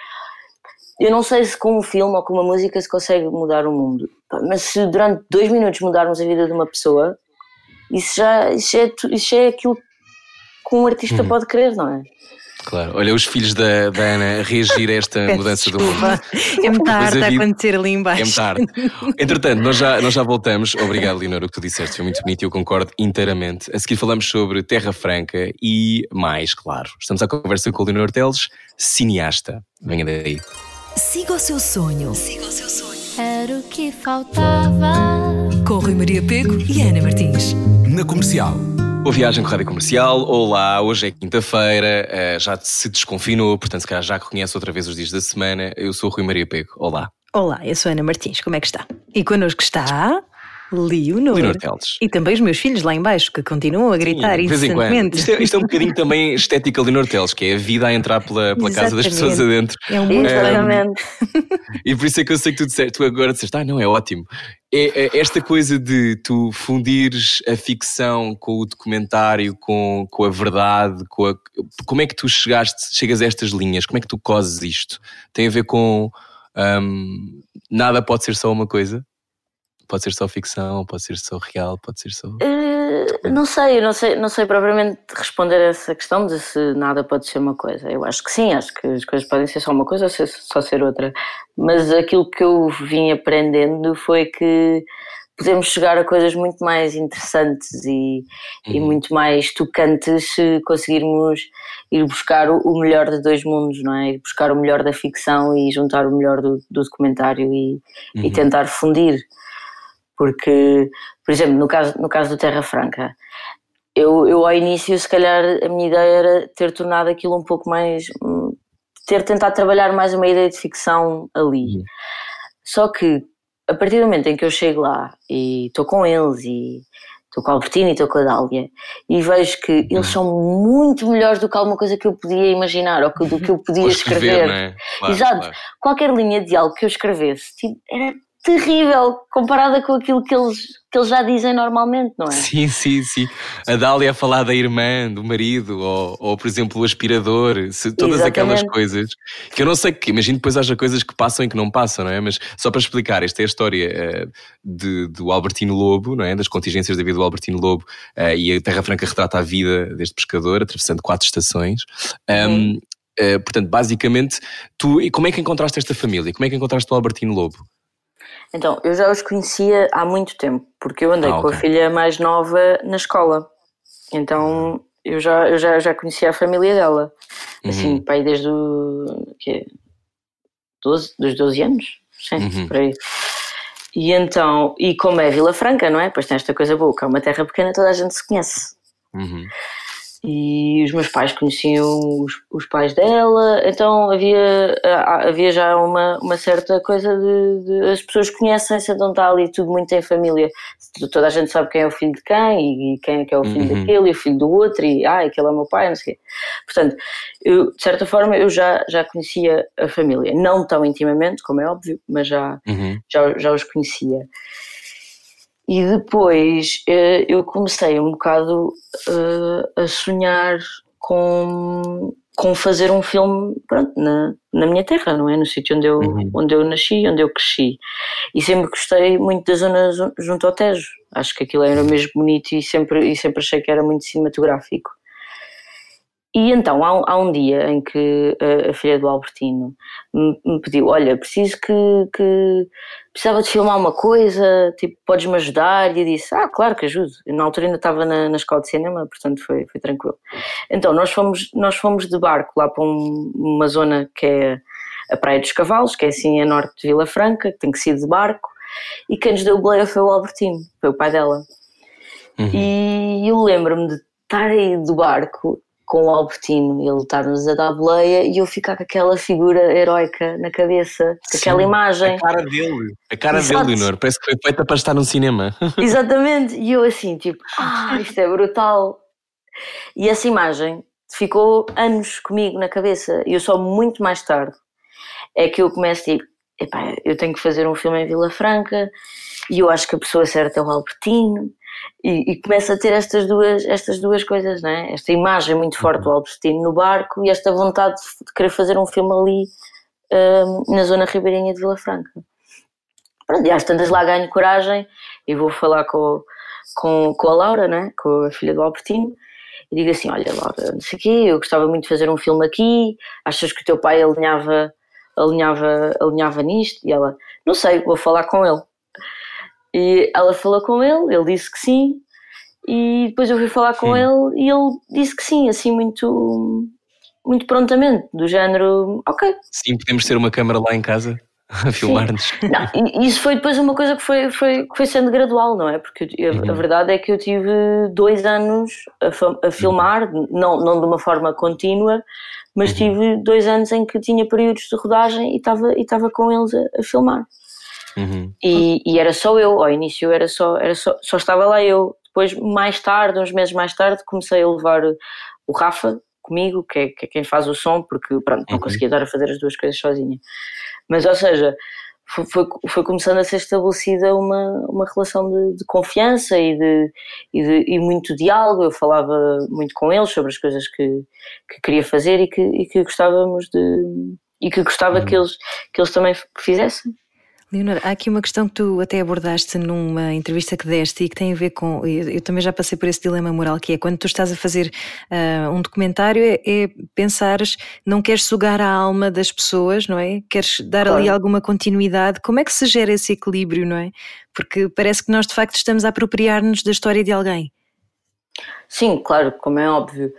Eu não sei se com um filme ou com uma música se consegue mudar o mundo, mas se durante dois minutos mudarmos a vida de uma pessoa, isso já, isso é, isso é aquilo que um artista hum. pode querer, não é? Claro, olha os filhos da, da Ana a reagir a esta Peço mudança desculpa. do mundo. É muito tarde a acontecer ali embaixo. É muito tarde. Entretanto, nós já, nós já voltamos. Obrigado, Leonor, o que tu disseste foi muito bonito e eu concordo inteiramente. A seguir falamos sobre Terra Franca e mais, claro. Estamos à conversa com o Leonor Teles, cineasta. Venha daí. Siga o seu sonho. Siga o seu sonho. Era o que faltava. Com Rui Maria Pego e Ana Martins. Na Comercial. Boa viagem com a Rádio Comercial. Olá, hoje é quinta-feira, já se desconfinou, portanto se calhar já reconhece outra vez os dias da semana. Eu sou o Rui Maria Pego. Olá. Olá, eu sou a Ana Martins, como é que está? E connosco está Leonor. Leonor Teles. E também os meus filhos lá em baixo, que continuam a gritar Sim, incessantemente. Isto é, isto é um bocadinho também estética Leonor Teles, que é a vida a entrar pela, pela casa das pessoas adentro. É um mundo Exatamente. E por isso é que eu sei que tu disseste, tu agora disseste, ah não, é ótimo. É, é esta coisa de tu fundires a ficção com o documentário, com, com a verdade, com a, como é que tu chegaste, chegas a estas linhas? Como é que tu cozes isto? Tem a ver com um, nada pode ser só uma coisa? Pode ser só ficção, pode ser só real, pode ser só... Uh, não sei, não sei, não sei propriamente responder a essa questão de se nada pode ser uma coisa. Eu acho que sim, acho que as coisas podem ser só uma coisa ou ser, só ser outra. Mas aquilo que eu vim aprendendo foi que podemos chegar a coisas muito mais interessantes e, uhum. e muito mais tocantes se conseguirmos ir buscar o melhor de dois mundos, não é? Ir buscar o melhor da ficção e juntar o melhor do, do documentário e, uhum. e tentar fundir. Porque, por exemplo, no caso, no caso do Terra Franca, eu, eu ao início, se calhar, a minha ideia era ter tornado aquilo um pouco mais... ter tentado trabalhar mais uma ideia de ficção ali. Uhum. Só que, a partir do momento em que eu chego lá e estou com eles e estou com a Albertina e estou com a Dália e vejo que uhum. eles são muito melhores do que alguma coisa que eu podia imaginar ou que, do que eu podia escrever. escrever não é? Claro, Exato. Claro. Qualquer linha de diálogo que eu escrevesse tipo, era... terrível comparada com aquilo que eles, que eles já dizem normalmente, não é? Sim, sim, sim. A Dália a falar da irmã, do marido, ou, ou por exemplo o aspirador, se, todas Exatamente. Aquelas coisas que eu não sei, que imagino depois haja coisas que passam e que não passam, não é? Mas só para explicar, esta é a história uh, de, do Albertino Lobo, não é? Das contingências da vida do Albertino Lobo, uh, e a Terra Franca retrata a vida deste pescador, atravessando quatro estações. Um, uh, portanto, basicamente, tu, e como é que encontraste esta família? Como é que encontraste o Albertino Lobo? Então, eu já os conhecia há muito tempo, porque eu andei Ah, com ok. a filha mais nova na escola. Então, eu já, eu já, já conhecia a família dela. Assim, Uhum. pai, desde o, quê? doze, dos doze anos? Sim, Uhum. por aí. E então, e como é Vila Franca, não é? Pois tem esta coisa boa, que é uma terra pequena, toda a gente se conhece. Uhum. E os meus pais conheciam os, os pais dela, então havia, ah, havia já uma, uma certa coisa de, de as pessoas conhecem-se, então está ali tudo muito em família. Toda a gente sabe quem é o filho de quem e quem é que é o filho Uhum. daquele e o filho do outro e ah, aquele é o meu pai, não sei o quê. Portanto, eu, de certa forma eu já, já conhecia a família, não tão intimamente, como é óbvio, mas já, Uhum. já, já os conhecia. E depois eh, eu comecei um bocado eh, a sonhar com, com fazer um filme, pronto, na, na minha terra, não é? No sítio onde eu, Uhum. onde eu nasci, onde eu cresci. E sempre gostei muito da zona ju- junto ao Tejo. Acho que aquilo era mesmo bonito e sempre, e sempre achei que era muito cinematográfico. E então há, um- há um dia em que a, a filha do Albertino me, me pediu: olha, preciso que, que precisava de filmar uma coisa, tipo, podes-me ajudar? E eu disse: ah, claro que ajudo. Eu, na altura ainda estava na, na escola de cinema, portanto foi, foi tranquilo. Então nós fomos, nós fomos de barco lá para um- uma zona que é a Praia dos Cavalos, que é assim a norte de Vila Franca, que tem que ser de barco, e quem nos deu o boleia foi o Albertino, foi o pai dela. Uhum. E eu lembro-me de estar aí do barco com o Albertino, ele estar-nos a dar boleia e eu ficar com aquela figura heroica na cabeça, com aquela Sim, imagem. a cara dele. A cara Exato. dele, Leonor. Parece que foi feita para estar num cinema. Exatamente, e eu assim, tipo, ah, isto é brutal. E essa imagem ficou anos comigo na cabeça, e eu só muito mais tarde é que eu começo a dizer, epá, eu tenho que fazer um filme em Vila Franca, e eu acho que a pessoa certa é o Albertino, e, e começo a ter estas duas, estas duas coisas, não é? Esta imagem muito forte do Albertino no barco e esta vontade de querer fazer um filme ali hum, na zona ribeirinha de Vila Franca. Pronto, e às tantas lá ganho coragem e vou falar com, com, com a Laura, né? Com a filha do Albertino, e digo assim: olha, Laura, não sei o quê, eu gostava muito de fazer um filme aqui, achas que o teu pai alinhava, alinhava, alinhava nisto? E ela: não sei, vou falar com ele. E ela falou com ele, ele disse que sim, e depois eu fui falar com Hum. ele e ele disse que sim, assim muito, muito prontamente, do género, ok. Sim, podemos ter uma câmara lá em casa a filmar-nos. Não, e isso foi depois uma coisa que foi, foi, que foi sendo gradual, não é? Porque eu- a, a Uhum. verdade é que eu tive dois anos a, fa- a filmar, não, não de uma forma contínua, mas Uhum. tive dois anos em que tinha períodos de rodagem e estava e estava com eles a, a filmar. Uhum. E, e era só eu, ao início era só, era só, só estava lá eu. Depois, mais tarde, uns meses mais tarde, comecei a levar o Rafa comigo, que é, que é quem faz o som, porque pronto, não Uhum. conseguia dar a fazer as duas coisas sozinha. Mas, ou seja, foi, foi, foi começando a ser estabelecida uma, uma relação de, de confiança e, de, e, de, e muito diálogo. Eu falava muito com eles sobre as coisas que, que queria fazer e que, e que gostávamos de... e que gostava Uhum. que, eles, que eles também fizessem. Leonor, há aqui uma questão que tu até abordaste numa entrevista que deste e que tem a ver com, eu, eu também já passei por esse dilema moral, que é quando tu estás a fazer uh, um documentário é, é pensares, não queres sugar a alma das pessoas, não é? Queres dar Claro. ali alguma continuidade. Como é que se gera esse equilíbrio, não é? Porque parece que nós de facto estamos a apropriar-nos da história de alguém. Sim, claro, como é óbvio.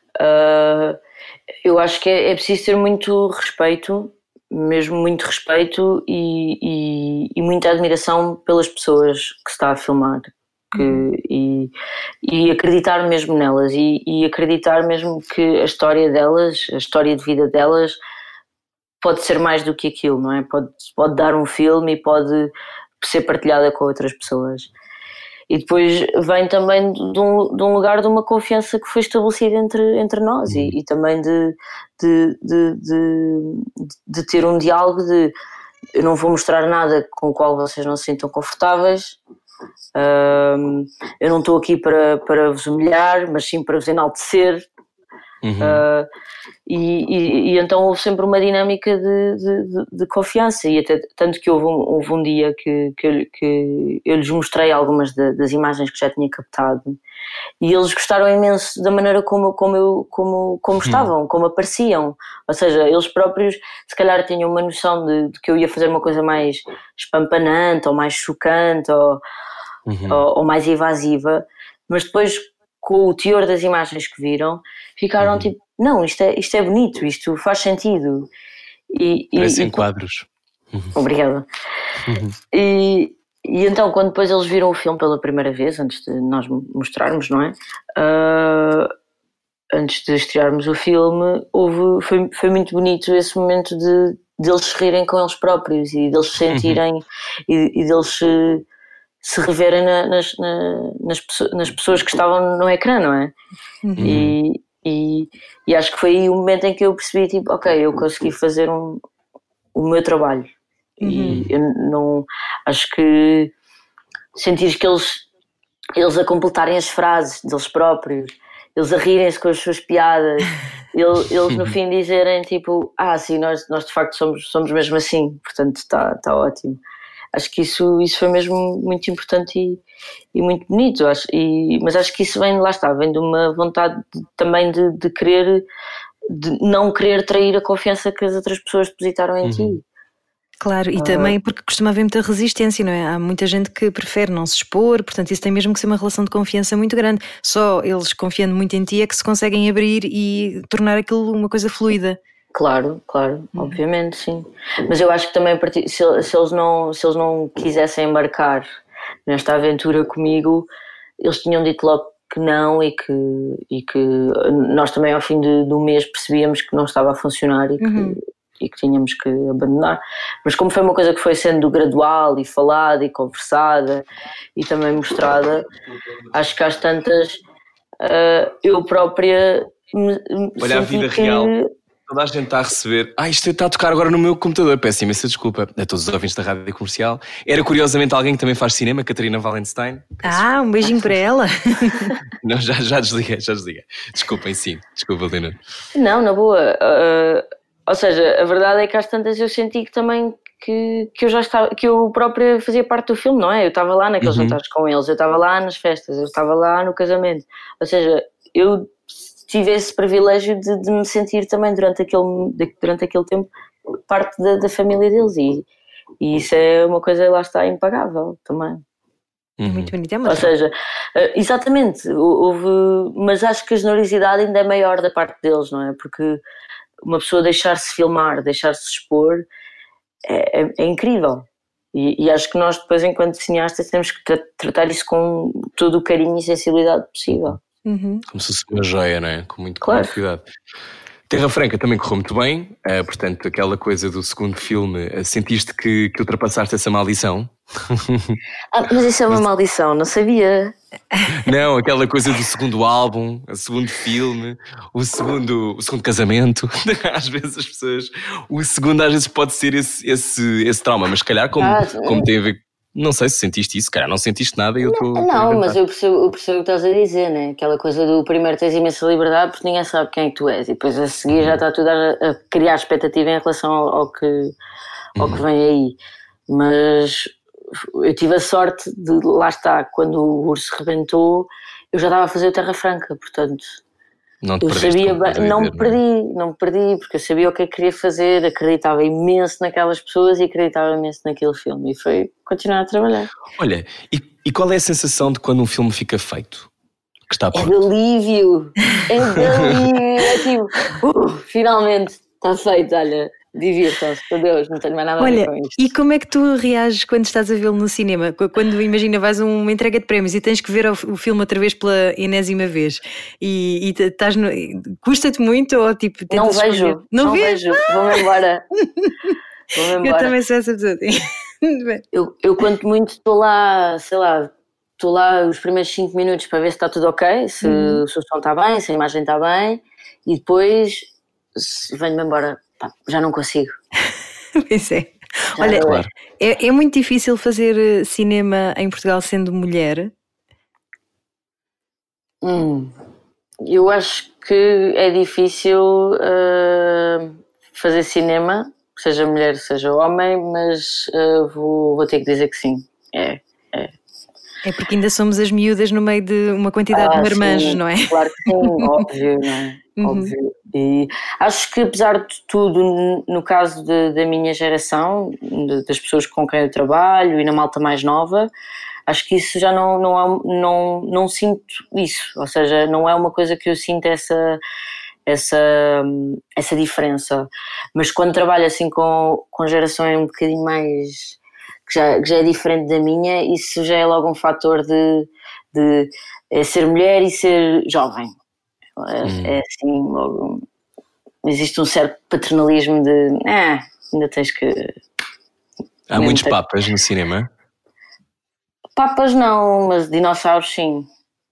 Uh, eu acho que é, é preciso ter muito respeito, mesmo muito respeito e, e, e muita admiração pelas pessoas que se está a filmar, que, uhum. e, e acreditar mesmo nelas e, e acreditar mesmo que a história delas, a história de vida delas pode ser mais do que aquilo, não é? Pode, pode dar um filme e pode ser partilhada com outras pessoas. E depois vem também de um, de um lugar de uma confiança que foi estabelecida entre, entre nós uhum. e, e também de, de, de, de, de ter um diálogo de eu não vou mostrar nada com o qual vocês não se sintam confortáveis, um, eu não estou aqui para, para vos humilhar, mas sim para vos enaltecer, Uhum. Uh, e, e, e então houve sempre uma dinâmica de, de, de, de confiança, e até, tanto que houve um, houve um dia que, que, eu, que eu lhes mostrei algumas de, das imagens que já tinha captado, e eles gostaram imenso da maneira como, como, eu, como, como estavam, como apareciam. Ou seja, eles próprios se calhar tinham uma noção de, de que eu ia fazer uma coisa mais espampanante ou mais chocante ou, uhum. ou, ou mais evasiva, mas depois, com o teor das imagens que viram, ficaram uhum. tipo, não, isto é, isto é bonito, isto faz sentido. E, Parecem e, quadros. Uhum. Obrigada. Uhum. E, e então, quando depois eles viram o filme pela primeira vez, antes de nós mostrarmos, não é? Uh, antes de estrearmos o filme, houve, foi, foi muito bonito esse momento de, de eles se rirem com eles próprios e deles se sentirem uhum. e, e deles se... se reverem na, nas, na, nas, nas pessoas que estavam no ecrã, não é? Uhum. E, e, e acho que foi aí o momento em que eu percebi, tipo, ok, eu consegui fazer um, o meu trabalho. Uhum. E eu não... Acho que sentir que eles, eles a completarem as frases deles próprios, eles a rirem-se com as suas piadas, eles, eles no fim dizerem, tipo, ah, sim, nós, nós de facto somos, somos mesmo assim, portanto está tá ótimo. Acho que isso, isso foi mesmo muito importante e, e muito bonito, acho, e, mas acho que isso vem, lá está, vem de uma vontade de, também de, de querer, de não querer trair a confiança que as outras pessoas depositaram em uhum. ti. Claro, e ah. também porque costuma haver muita resistência, não é? Há muita gente que prefere não se expor, portanto isso tem mesmo que ser uma relação de confiança muito grande. Só eles confiando muito em ti é que se conseguem abrir e tornar aquilo uma coisa fluida. Claro, claro, uhum. obviamente, sim. Mas eu acho que também se, se, eles não, se eles não quisessem embarcar nesta aventura comigo, eles tinham dito logo que não e que, e que nós também ao fim de, do mês percebíamos que não estava a funcionar e que, uhum. e que tínhamos que abandonar. Mas como foi uma coisa que foi sendo gradual e falada e conversada e também mostrada, acho que às tantas uh, eu própria me, me Olha a vida que... real. Toda a gente está a receber. Ah, isto está a tocar agora no meu computador. Peço imensa desculpa a todos os ouvintes da rádio comercial. Era curiosamente alguém que também faz cinema, Catarina Valenstein. Ah, um beijinho para ela. Não, já, já desliguei, já desliguei. Desculpem, sim. Desculpa, Lina. Não, na boa. Uh, ou seja, a verdade é que às tantas eu senti que também que, que eu já estava, que eu própria fazia parte do filme, não é? Eu estava lá naqueles uhum. jantares com eles, eu estava lá nas festas, eu estava lá no casamento. Ou seja, eu tive esse privilégio de, de me sentir também durante aquele, durante aquele tempo parte da, da família deles e, e isso é uma coisa, lá está, impagável também. É muito bonito, é muito Ou seja, exatamente, houve, mas acho que a generosidade ainda é maior da parte deles, não é? Porque uma pessoa deixar-se filmar, deixar-se expor é, é, é incrível. E, e acho que nós depois, enquanto cineastas, temos que tra- tratar isso com todo o carinho e sensibilidade possível. Uhum. Como se fosse uma joia, não é? Com muito, claro. com muito cuidado. Terra Franca também correu muito bem, uh, portanto, aquela coisa do segundo filme, uh, sentiste que, que ultrapassaste essa maldição? Ah, mas isso é uma maldição, não sabia. Não, aquela coisa do segundo álbum, o segundo filme, o segundo, o segundo casamento. Às vezes as pessoas, o segundo às vezes pode ser esse, esse, esse trauma, mas se calhar como, ah, como tem a ver. Não sei se sentiste isso, cara, não sentiste nada e eu estou. Não, não mas eu percebo, eu percebo o que estás a dizer, né? Aquela coisa do primeiro tens imensa liberdade porque ninguém sabe quem é que tu és e depois a seguir uhum. já está tudo a, a criar expectativa em relação ao, ao, que, ao uhum. que vem aí. Mas eu tive a sorte de, lá está, quando o urso rebentou, eu já estava a fazer o Terra Franca, portanto. Não te eu sabia bem, dizer, não me não? perdi, não me perdi, porque eu sabia o que é que queria fazer, acreditava imenso naquelas pessoas e acreditava imenso naquele filme e foi continuar a trabalhar. Olha, e, e qual é a sensação de quando um filme fica feito? Que está pronto? É de alívio, é de alívio, é tipo, uh, finalmente está feito, olha, divirtam-se, por Deus, não tenho mais nada Olha, a ver com isto. E como é que tu reages quando estás a vê-lo no cinema? Quando, imagina, vais a uma entrega de prémios e tens que ver o, o filme outra vez pela enésima vez e, e estás no, custa-te muito ou tipo... Não vejo, não, não vejo, vou-me embora. Vou-me embora. Eu também sou essa pessoa. eu, eu quanto muito estou lá, sei lá, estou lá os primeiros cinco minutos para ver se está tudo ok, se, uhum. se o som está bem, se a imagem está bem e depois venho-me embora. Já não consigo. Pois é. Já Olha, claro. é, é muito difícil fazer cinema em Portugal sendo mulher? Hum, Eu acho que é difícil uh, fazer cinema, seja mulher, seja homem, mas uh, vou, vou ter que dizer que sim. É, é. É porque ainda somos as miúdas no meio de uma quantidade ah, de marmanjos, sim, não é? Claro que sim, óbvio, não é? Uhum. Óbvio. E acho que, apesar de tudo, no caso de, da minha geração, de, das pessoas com quem eu trabalho e na malta mais nova, acho que isso já não, não, há, não, não sinto isso. Ou seja, não é uma coisa que eu sinto essa, essa, essa diferença. Mas quando trabalho assim com, com gerações um bocadinho mais... Que já, que já é diferente da minha, isso já é logo um fator de, de é ser mulher e ser jovem. É, hum. é assim, logo, existe um certo paternalismo de ah, ainda tens que... Há muitos tens... papas no cinema? Papas não, mas dinossauros sim.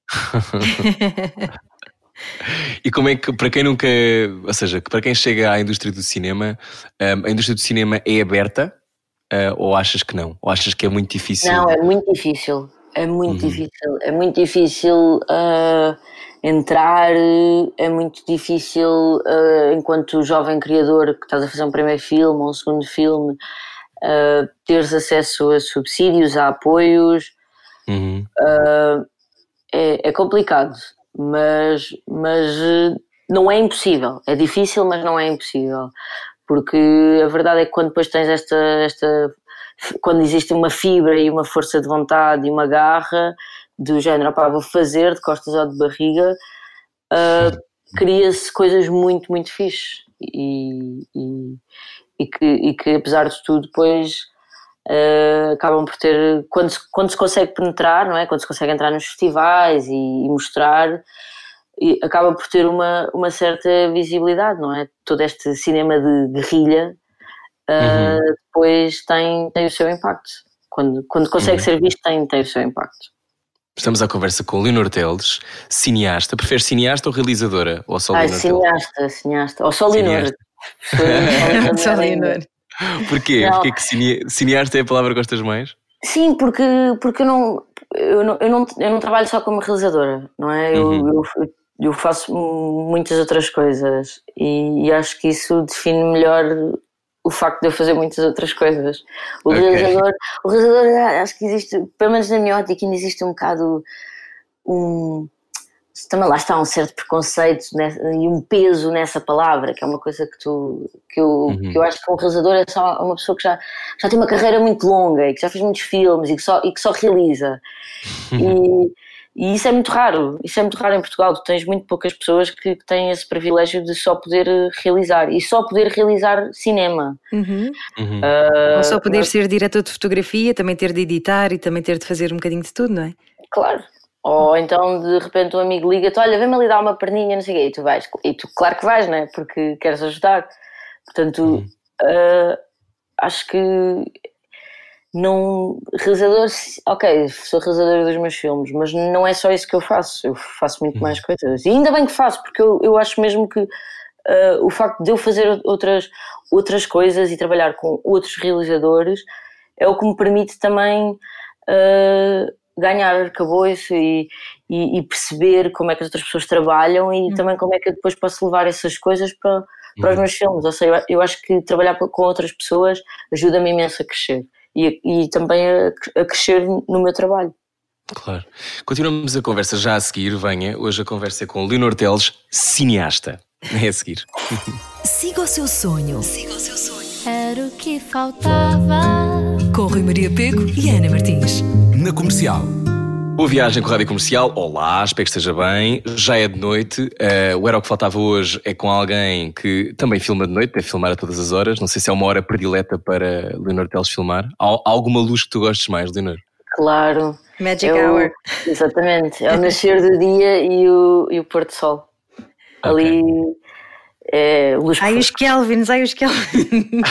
E como é que, para quem nunca, ou seja, para quem chega à indústria do cinema, a indústria do cinema é aberta? Uh, ou achas que não? Ou achas que é muito difícil? Não, é muito difícil. É muito uhum. difícil. É muito difícil uh, entrar, é muito difícil uh, enquanto jovem criador que estás a fazer um primeiro filme ou um segundo filme, uh, teres acesso a subsídios, a apoios. Uhum. Uh, é, é complicado, mas, mas não é impossível. É difícil, mas não é impossível. Porque a verdade é que quando depois tens esta, esta... Quando existe uma fibra e uma força de vontade e uma garra do género, opá, vou fazer de costas ou de barriga, uh, cria-se coisas muito, muito fixe. E, e, e, que, e que apesar de tudo depois uh, acabam por ter... Quando se, quando se consegue penetrar, não é? Quando se consegue entrar nos festivais e, e mostrar... E acaba por ter uma, uma certa visibilidade, não é? Todo este cinema de guerrilha uh, uhum. depois tem, tem o seu impacto. Quando, quando consegue uhum. ser visto, tem, tem o seu impacto. Estamos à conversa com Leonor Teles, cineasta. Prefere cineasta ou realizadora? Ou só ah, Leonor cineasta, Teles? cineasta. Ou só Leonor. Só Leonor. Porquê? Não. Porquê que cine, cineasta é a palavra que gostas mais? Sim, porque, porque eu, não, eu, não, eu, não, eu não trabalho só como realizadora, não é? Uhum. Eu, eu, eu faço muitas outras coisas e, e acho que isso define melhor o facto de eu fazer muitas outras coisas. O okay. realizador, o realizador, acho que existe, pelo menos na minha ótica, ainda existe um bocado um... Também lá está um certo preconceito e um peso nessa palavra, que é uma coisa que, tu, que, eu, uhum. que eu acho que um realizador é só uma pessoa que já, já tem uma carreira muito longa e que já fez muitos filmes e que só, e que só realiza. Uhum. E, e isso é muito raro, isso é muito raro em Portugal. Tu tens muito poucas pessoas que, que têm esse privilégio de só poder realizar e só poder realizar cinema. Uhum. Uhum. Uh, Ou só poder mas... ser diretor de fotografia, também ter de editar e também ter de fazer um bocadinho de tudo, não é? Claro. Ou então de repente um amigo liga-te, olha, vem-me ali dar uma perninha, não sei o quê, e tu vais, e tu claro que vais, não é? Porque queres ajudar. Portanto, uhum. uh, acho que não... Realizador, ok, sou realizadora dos meus filmes, mas não é só isso que eu faço, eu faço muito uhum. mais coisas. E ainda bem que faço, porque eu, eu acho mesmo que uh, o facto de eu fazer outras, outras coisas e trabalhar com outros realizadores é o que me permite também... Uh, ganhar arcabouço e, e, e perceber como é que as outras pessoas trabalham e uhum. também como é que eu depois posso levar essas coisas para, para uhum. os meus filmes. Ou seja, eu, eu acho que trabalhar com outras pessoas ajuda-me imenso a crescer e, e também a, a crescer no meu trabalho. Claro. Continuamos a conversa já a seguir, venha. Hoje a conversa é com Leonor Teles, cineasta. É a seguir. Siga o seu sonho. Siga o seu sonho. Era o que faltava. Com Rui Maria Pego e Ana Martins. Na Comercial. Boa viagem com a Rádio Comercial. Olá, espero que esteja bem. Já é de noite. Uh, o Era o que Faltava hoje é com alguém que também filma de noite, deve filmar a todas as horas. Não sei se é uma hora predileta para Leonor Teles filmar. Há, há alguma luz que tu gostes mais, Leonor? Claro. Magic é o, Hour. Exatamente. É o nascer do dia e o, e o pôr do sol. Okay. Ali... É, luz. Ai, os Kelvins, ai, os Kelvins.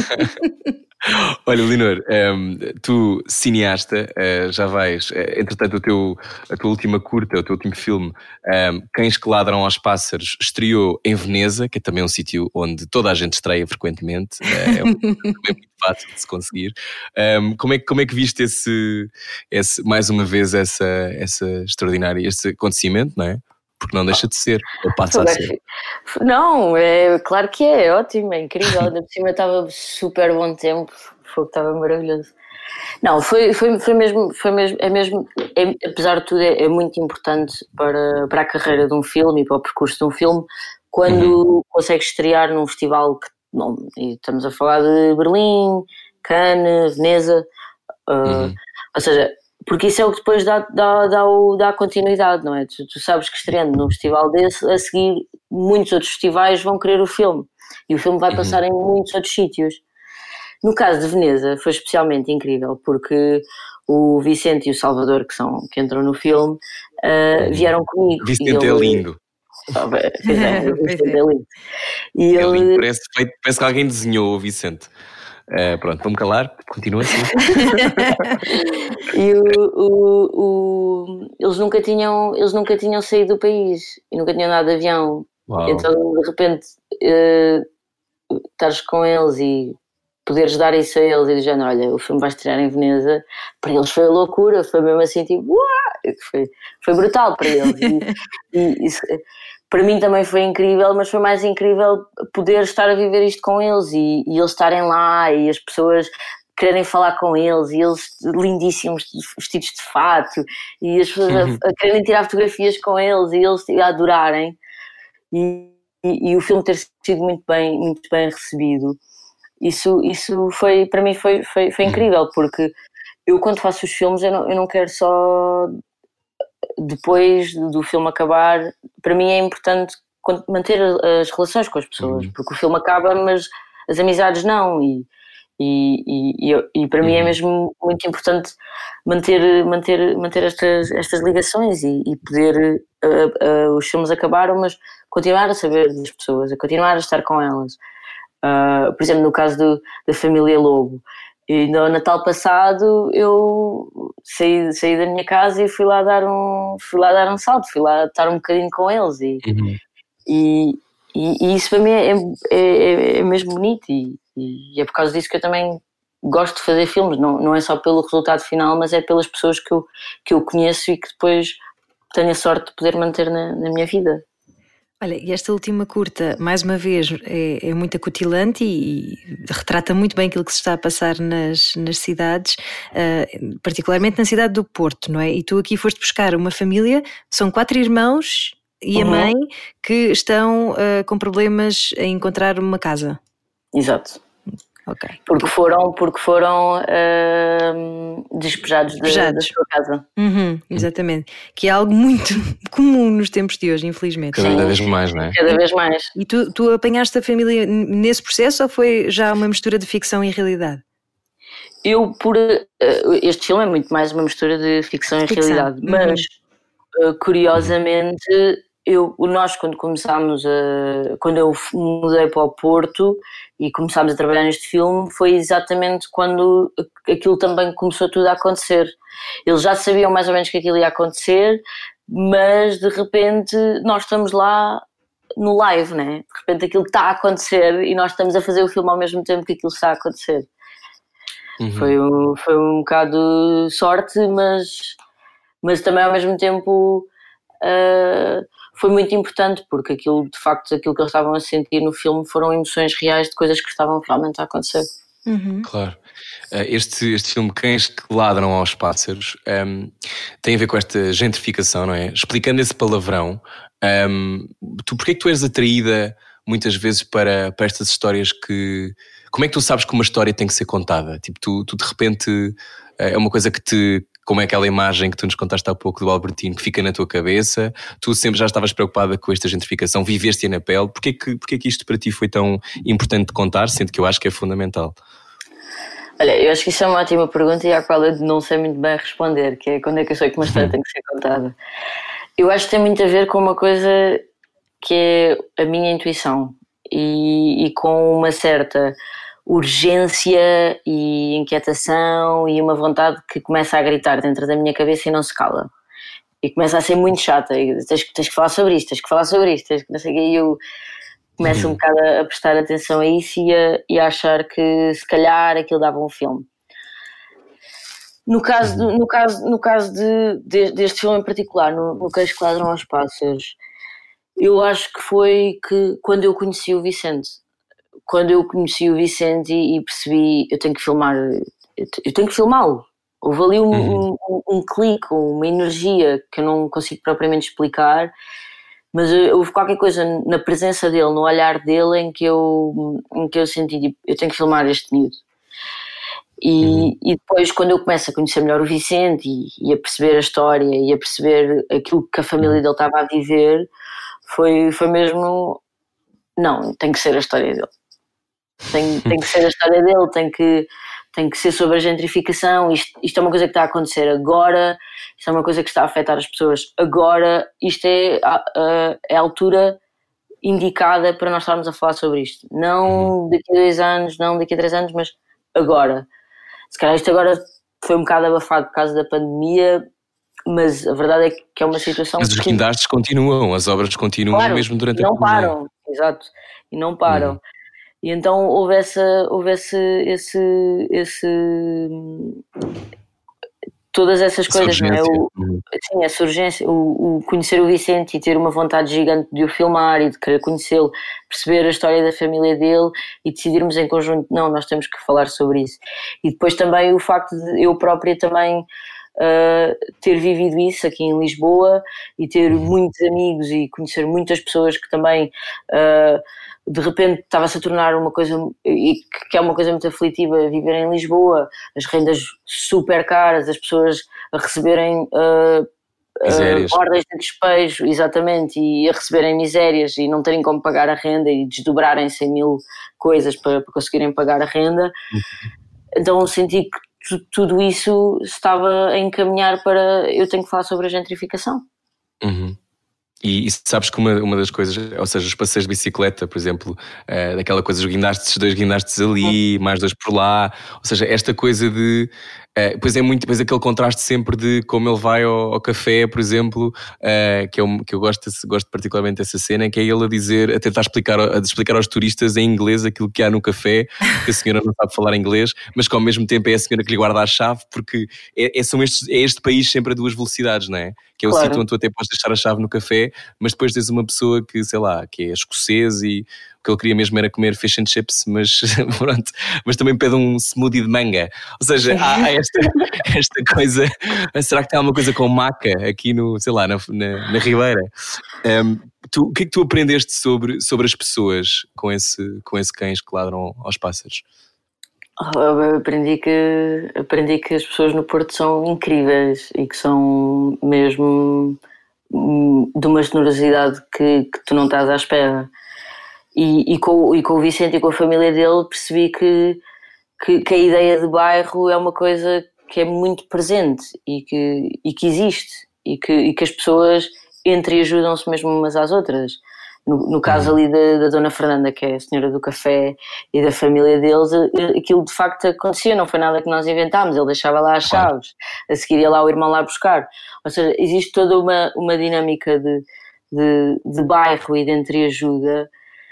Olha, Leonor, um, tu, cineasta, uh, já vais, uh, entretanto, o teu, a tua última curta, o teu último filme, um, Cães que Ladram aos Pássaros, estreou em Veneza, que é também um sítio onde toda a gente estreia frequentemente, uh, é, um, é muito fácil de se conseguir. Um, como, é, como é que viste esse, esse, mais uma vez essa, essa extraordinária, esse acontecimento, não é? porque não deixa de ser, ou passa a ser. Não, é claro que é, é ótimo, é incrível. Ainda por cima estava super bom tempo, foi, estava maravilhoso. Não, foi, foi, foi mesmo, foi mesmo, é mesmo, é, apesar de tudo, é, é muito importante para, para a carreira de um filme e para o percurso de um filme, quando uhum. consegues estrear num festival que, não, e estamos a falar de Berlim, Cannes, Veneza, uh, uhum. ou seja, porque isso é o que depois dá, dá, dá, o, dá a continuidade, não é? Tu, tu sabes que estreando num festival desse, a seguir muitos outros festivais vão querer o filme e o filme vai passar uhum. em muitos outros sítios. No caso de Veneza foi especialmente incrível porque o Vicente e o Salvador, que, são, que entram no filme, uh, vieram comigo. Vicente ele, é lindo. Oh, bem, é, o Vicente é lindo. E é ele... lindo, parece, parece que alguém desenhou o Vicente. Uh, pronto, vou-me calar, continua assim. E o, o, o, eles, nunca tinham, eles nunca tinham saído do país e nunca tinham andado de avião. Uau. Então, de repente, uh, estares com eles e poderes dar isso a eles e dizer, olha, o filme vai estrear em Veneza, para eles foi loucura, foi mesmo assim, tipo, uau! Foi, foi brutal para eles. E, e isso, para mim também foi incrível, mas foi mais incrível poder estar a viver isto com eles e, e eles estarem lá e as pessoas quererem falar com eles e eles lindíssimos, vestidos de fato e as pessoas a, a quererem tirar fotografias com eles e eles a adorarem e, e, e o filme ter sido muito bem, muito bem recebido. Isso, isso foi, para mim foi, foi, foi incrível, porque eu quando faço os filmes eu não, eu não quero só depois do filme acabar, para mim é importante manter as relações com as pessoas, porque o filme acaba mas as amizades não e, e, e, e para mim é mesmo muito importante manter, manter, manter estas, estas ligações e, e poder, uh, uh, os filmes acabaram mas continuar a saber das pessoas, a continuar a estar com elas. Uh, por exemplo, no caso do, da família Lobo, e no Natal passado eu saí, saí da minha casa e fui lá dar um, fui lá dar um salto, fui lá estar um bocadinho com eles e, uhum. e, e, e isso para mim é, é, é mesmo bonito e, e é por causa disso que eu também gosto de fazer filmes, não, não é só pelo resultado final, mas é pelas pessoas que eu, que eu conheço e que depois tenho a sorte de poder manter na, na minha vida. Olha, e esta última curta, mais uma vez, é, é muito acutilante e, e retrata muito bem aquilo que se está a passar nas, nas cidades, uh, particularmente na cidade do Porto, não é? E tu aqui foste buscar uma família, são quatro irmãos e uhum. a mãe que estão uh, com problemas em encontrar uma casa. Exato. Ok. Porque foram, porque foram uh, despejados, despejados. De, da sua casa. Uhum, exatamente. Que é algo muito comum nos tempos de hoje, infelizmente. Cada Sim. vez mais, não é? Cada vez mais. E tu, tu apanhaste a família nesse processo ou foi já uma mistura de ficção e realidade? Eu, por... Uh, este filme é muito mais uma mistura de ficção e ficção. realidade. Uhum. Mas, uh, curiosamente... Eu, nós quando começámos a, quando eu mudei para o Porto e começámos a trabalhar neste filme foi exatamente quando aquilo também começou tudo a acontecer. Eles já sabiam mais ou menos que aquilo ia acontecer, mas de repente nós estamos lá no live, né? De repente aquilo está a acontecer e nós estamos a fazer o filme ao mesmo tempo que aquilo está a acontecer. Uhum. Foi, um, foi um bocado sorte, mas, mas também ao mesmo tempo... Uh, foi muito importante porque aquilo, de facto, aquilo que eles estavam a sentir no filme foram emoções reais de coisas que estavam realmente a acontecer. Uhum. Claro. Este, este filme Cães que Ladram aos Pássaros um, tem a ver com esta gentrificação, não é? Explicando esse palavrão, um, tu, porquê é que tu és atraída muitas vezes para, para estas histórias que... Como é que tu sabes que uma história tem que ser contada? Tipo, tu, tu de repente é uma coisa que te... Como é aquela imagem que tu nos contaste há pouco do Albertino que fica na tua cabeça, tu sempre já estavas preocupada com esta gentrificação, viveste-a na pele, porquê que, porquê que isto para ti foi tão importante de contar, sendo que eu acho que é fundamental? Olha, eu acho que isso é uma ótima pergunta e à qual eu não sei muito bem responder, que é quando é que eu sei que uma história tem que ser contada. Eu acho que tem muito a ver com uma coisa que é a minha intuição e, e com uma certa... urgência e inquietação e uma vontade que começa a gritar dentro da minha cabeça e não se cala e começa a ser muito chata e tens, tens que falar sobre isto, tens que falar sobre isto, tens que não sei o quê, e eu começo uhum. um bocado a, a prestar atenção a isso e a, e a achar que se calhar aquilo dava um filme. No caso, de, no caso, no caso de, de, deste filme em particular, no, no Cães que Ladram aos Pássaros, Eu acho que foi que quando eu conheci o Vicente, quando eu conheci o Vicente e, e percebi, eu tenho que filmar, eu tenho que filmá-lo. Houve ali um, uhum. um, um clique, uma energia que eu não consigo propriamente explicar, mas houve qualquer coisa na presença dele, no olhar dele, em que eu, em que eu senti, tipo, eu tenho que filmar este miúdo. E, uhum. e depois, quando eu começo a conhecer melhor o Vicente e, e a perceber a história e a perceber aquilo que a família dele estava a viver, foi, foi mesmo, não, tem que ser a história dele. Tem, tem que ser a história dele, tem que, tem que ser sobre a gentrificação. Isto, isto é uma coisa que está a acontecer agora, isto é uma coisa que está a afetar as pessoas agora. Isto é a, a, a altura indicada para nós estarmos a falar sobre isto. Não daqui a dois anos, não daqui a três anos, mas agora. Se calhar isto agora foi um bocado abafado por causa da pandemia, mas a verdade é que é uma situação... Mas os que... guindastes continuam, as obras continuam, claro, mesmo durante a pandemia. Não param, exato, e não param. Uhum. E então houve, essa, houve esse, esse, esse, todas essas essa coisas, urgência. Não é? O, uhum. Sim, essa urgência, o, o conhecer o Vicente e ter uma vontade gigante de o filmar e de querer conhecê-lo, perceber a história da família dele e decidirmos em conjunto, não, nós temos que falar sobre isso. E depois também o facto de eu própria também uh, ter vivido isso aqui em Lisboa e ter uhum. muitos amigos e conhecer muitas pessoas que também... Uh, de repente estava-se a tornar uma coisa, e que é uma coisa muito aflitiva, viver em Lisboa, as rendas super caras, as pessoas a receberem uh, uh, ordens de despejo, exatamente, e a receberem misérias e não terem como pagar a renda e desdobrarem cem mil coisas para, para conseguirem pagar a renda. Uhum. Então senti que tu, tudo isso estava a encaminhar para eu tenho que falar sobre a gentrificação. Uhum. E, e sabes que uma, uma das coisas, ou seja, os passeios de bicicleta, por exemplo, uh, daquela coisa, os guindastes, dois guindastes ali, mais dois por lá, ou seja, esta coisa de, uh, pois é muito, depois aquele contraste sempre de como ele vai ao, ao café, por exemplo, uh, que, é um, que eu gosto, gosto particularmente dessa cena, que é ele a dizer, a tentar explicar, a explicar aos turistas em inglês aquilo que há no café, que a senhora não sabe falar inglês, mas que ao mesmo tempo é a senhora que lhe guarda a chave, porque é, é, são estes, é este país sempre a duas velocidades, não é? Que é o claro. Sítio onde tu até podes deixar a chave no café, mas depois tens uma pessoa que, sei lá, que é escocês e o que ele queria mesmo era comer fish and chips, mas pronto, mas também pede um smoothie de manga. Ou seja, há, há esta, esta coisa, será que tem alguma coisa com maca aqui no, sei lá, na, na, na Ribeira? Um, tu, o que é que tu aprendeste sobre, sobre as pessoas com esse, com esse cães que ladram aos pássaros? Eu aprendi que, aprendi que as pessoas no Porto são incríveis e que são mesmo de uma generosidade que, que tu não estás à espera. E, e, com, e com o Vicente e com a família dele percebi que, que, que a ideia de bairro é uma coisa que é muito presente e que, e que existe e que, e que as pessoas entre e ajudam-se mesmo umas às outras. No, no caso ali da, da Dona Fernanda, que é a senhora do café, e da família deles, aquilo de facto acontecia, não foi nada que nós inventámos, ele deixava lá as chaves, a seguir ia lá o irmão lá buscar. Ou seja, existe toda uma, uma dinâmica de, de, de bairro e de entreajuda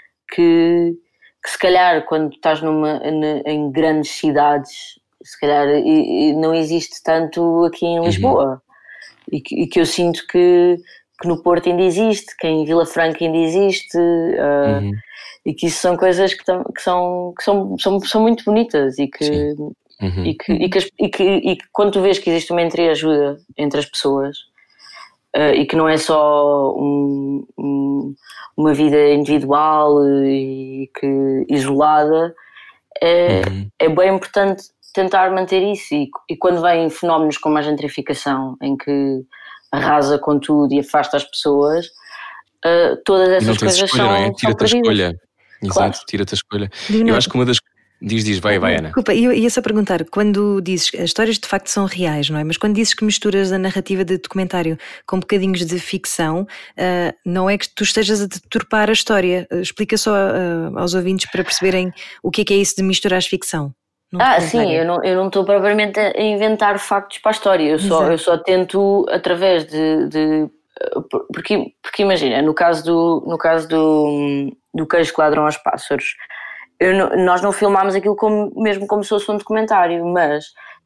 que, que se calhar quando estás numa, em grandes cidades, se calhar e, e não existe tanto aqui em Lisboa. Uhum. E, que, e que eu sinto que que no Porto ainda existe, que em Vila Franca ainda existe, uh, uhum. e que isso são coisas que, tam, que, são, que são, são, são muito bonitas e que, uhum. e, que, e, que, e, que, e que quando tu vês que existe uma entreajuda entre as pessoas uh, e que não é só um, um, uma vida individual e que, isolada, é, uhum. é bem importante tentar manter isso e, e quando vêm fenómenos como a gentrificação, em que arrasa com tudo e afasta as pessoas, uh, todas essas coisas escolha, são, é? Tira-te a escolha. Claro. Exato, tira-te a escolha. Digo, eu acho que uma das... Diz, diz, vai, vai, Ana. Desculpa, eu ia só perguntar, quando dizes, as histórias de facto são reais, não é? Mas quando dizes que misturas a narrativa de documentário com bocadinhos de ficção, uh, não é que tu estejas a deturpar a história. Uh, explica só uh, aos ouvintes para perceberem o que é que é isso de misturar ficção. Ah, sim, eu não, eu não estou propriamente a inventar factos para a história, eu só, eu só tento através de... de porque, porque imagina, no caso do, no caso do, do Cães que Ladram aos Pássaros, eu não, nós não filmámos aquilo como, mesmo como se fosse um documentário, mas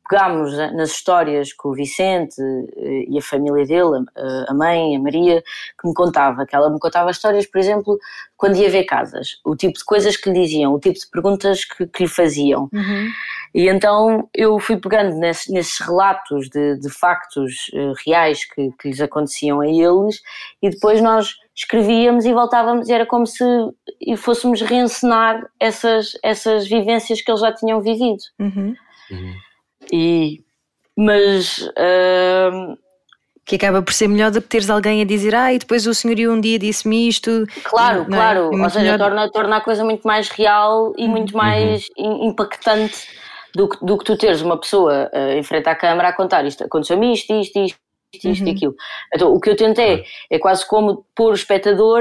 pegámos nas histórias que o Vicente e a família dele, a mãe, a Maria, que me contava, que ela me contava histórias, por exemplo, quando ia ver casas, o tipo de coisas que lhe diziam, o tipo de perguntas que, que lhe faziam. Uhum. E então eu fui pegando nesses, nesses relatos de, de factos uh, reais que, que lhes aconteciam a eles, e depois nós escrevíamos e voltávamos, e era como se fôssemos reencenar essas, essas vivências que eles já tinham vivido. Uhum. Uhum. E, mas... Uh, que acaba por ser melhor do que teres alguém a dizer ah, e depois o senhorio um dia disse-me isto. Claro, não claro, é? Ou seja, melhor... torna, torna a coisa muito mais real e muito mais uhum. impactante do que, do que tu teres uma pessoa uh, em frente à câmara a contar isto, aconteceu-me isto, isto, isto, isto, isto uhum. e aquilo. Então o que eu tento é, é quase como pôr o espectador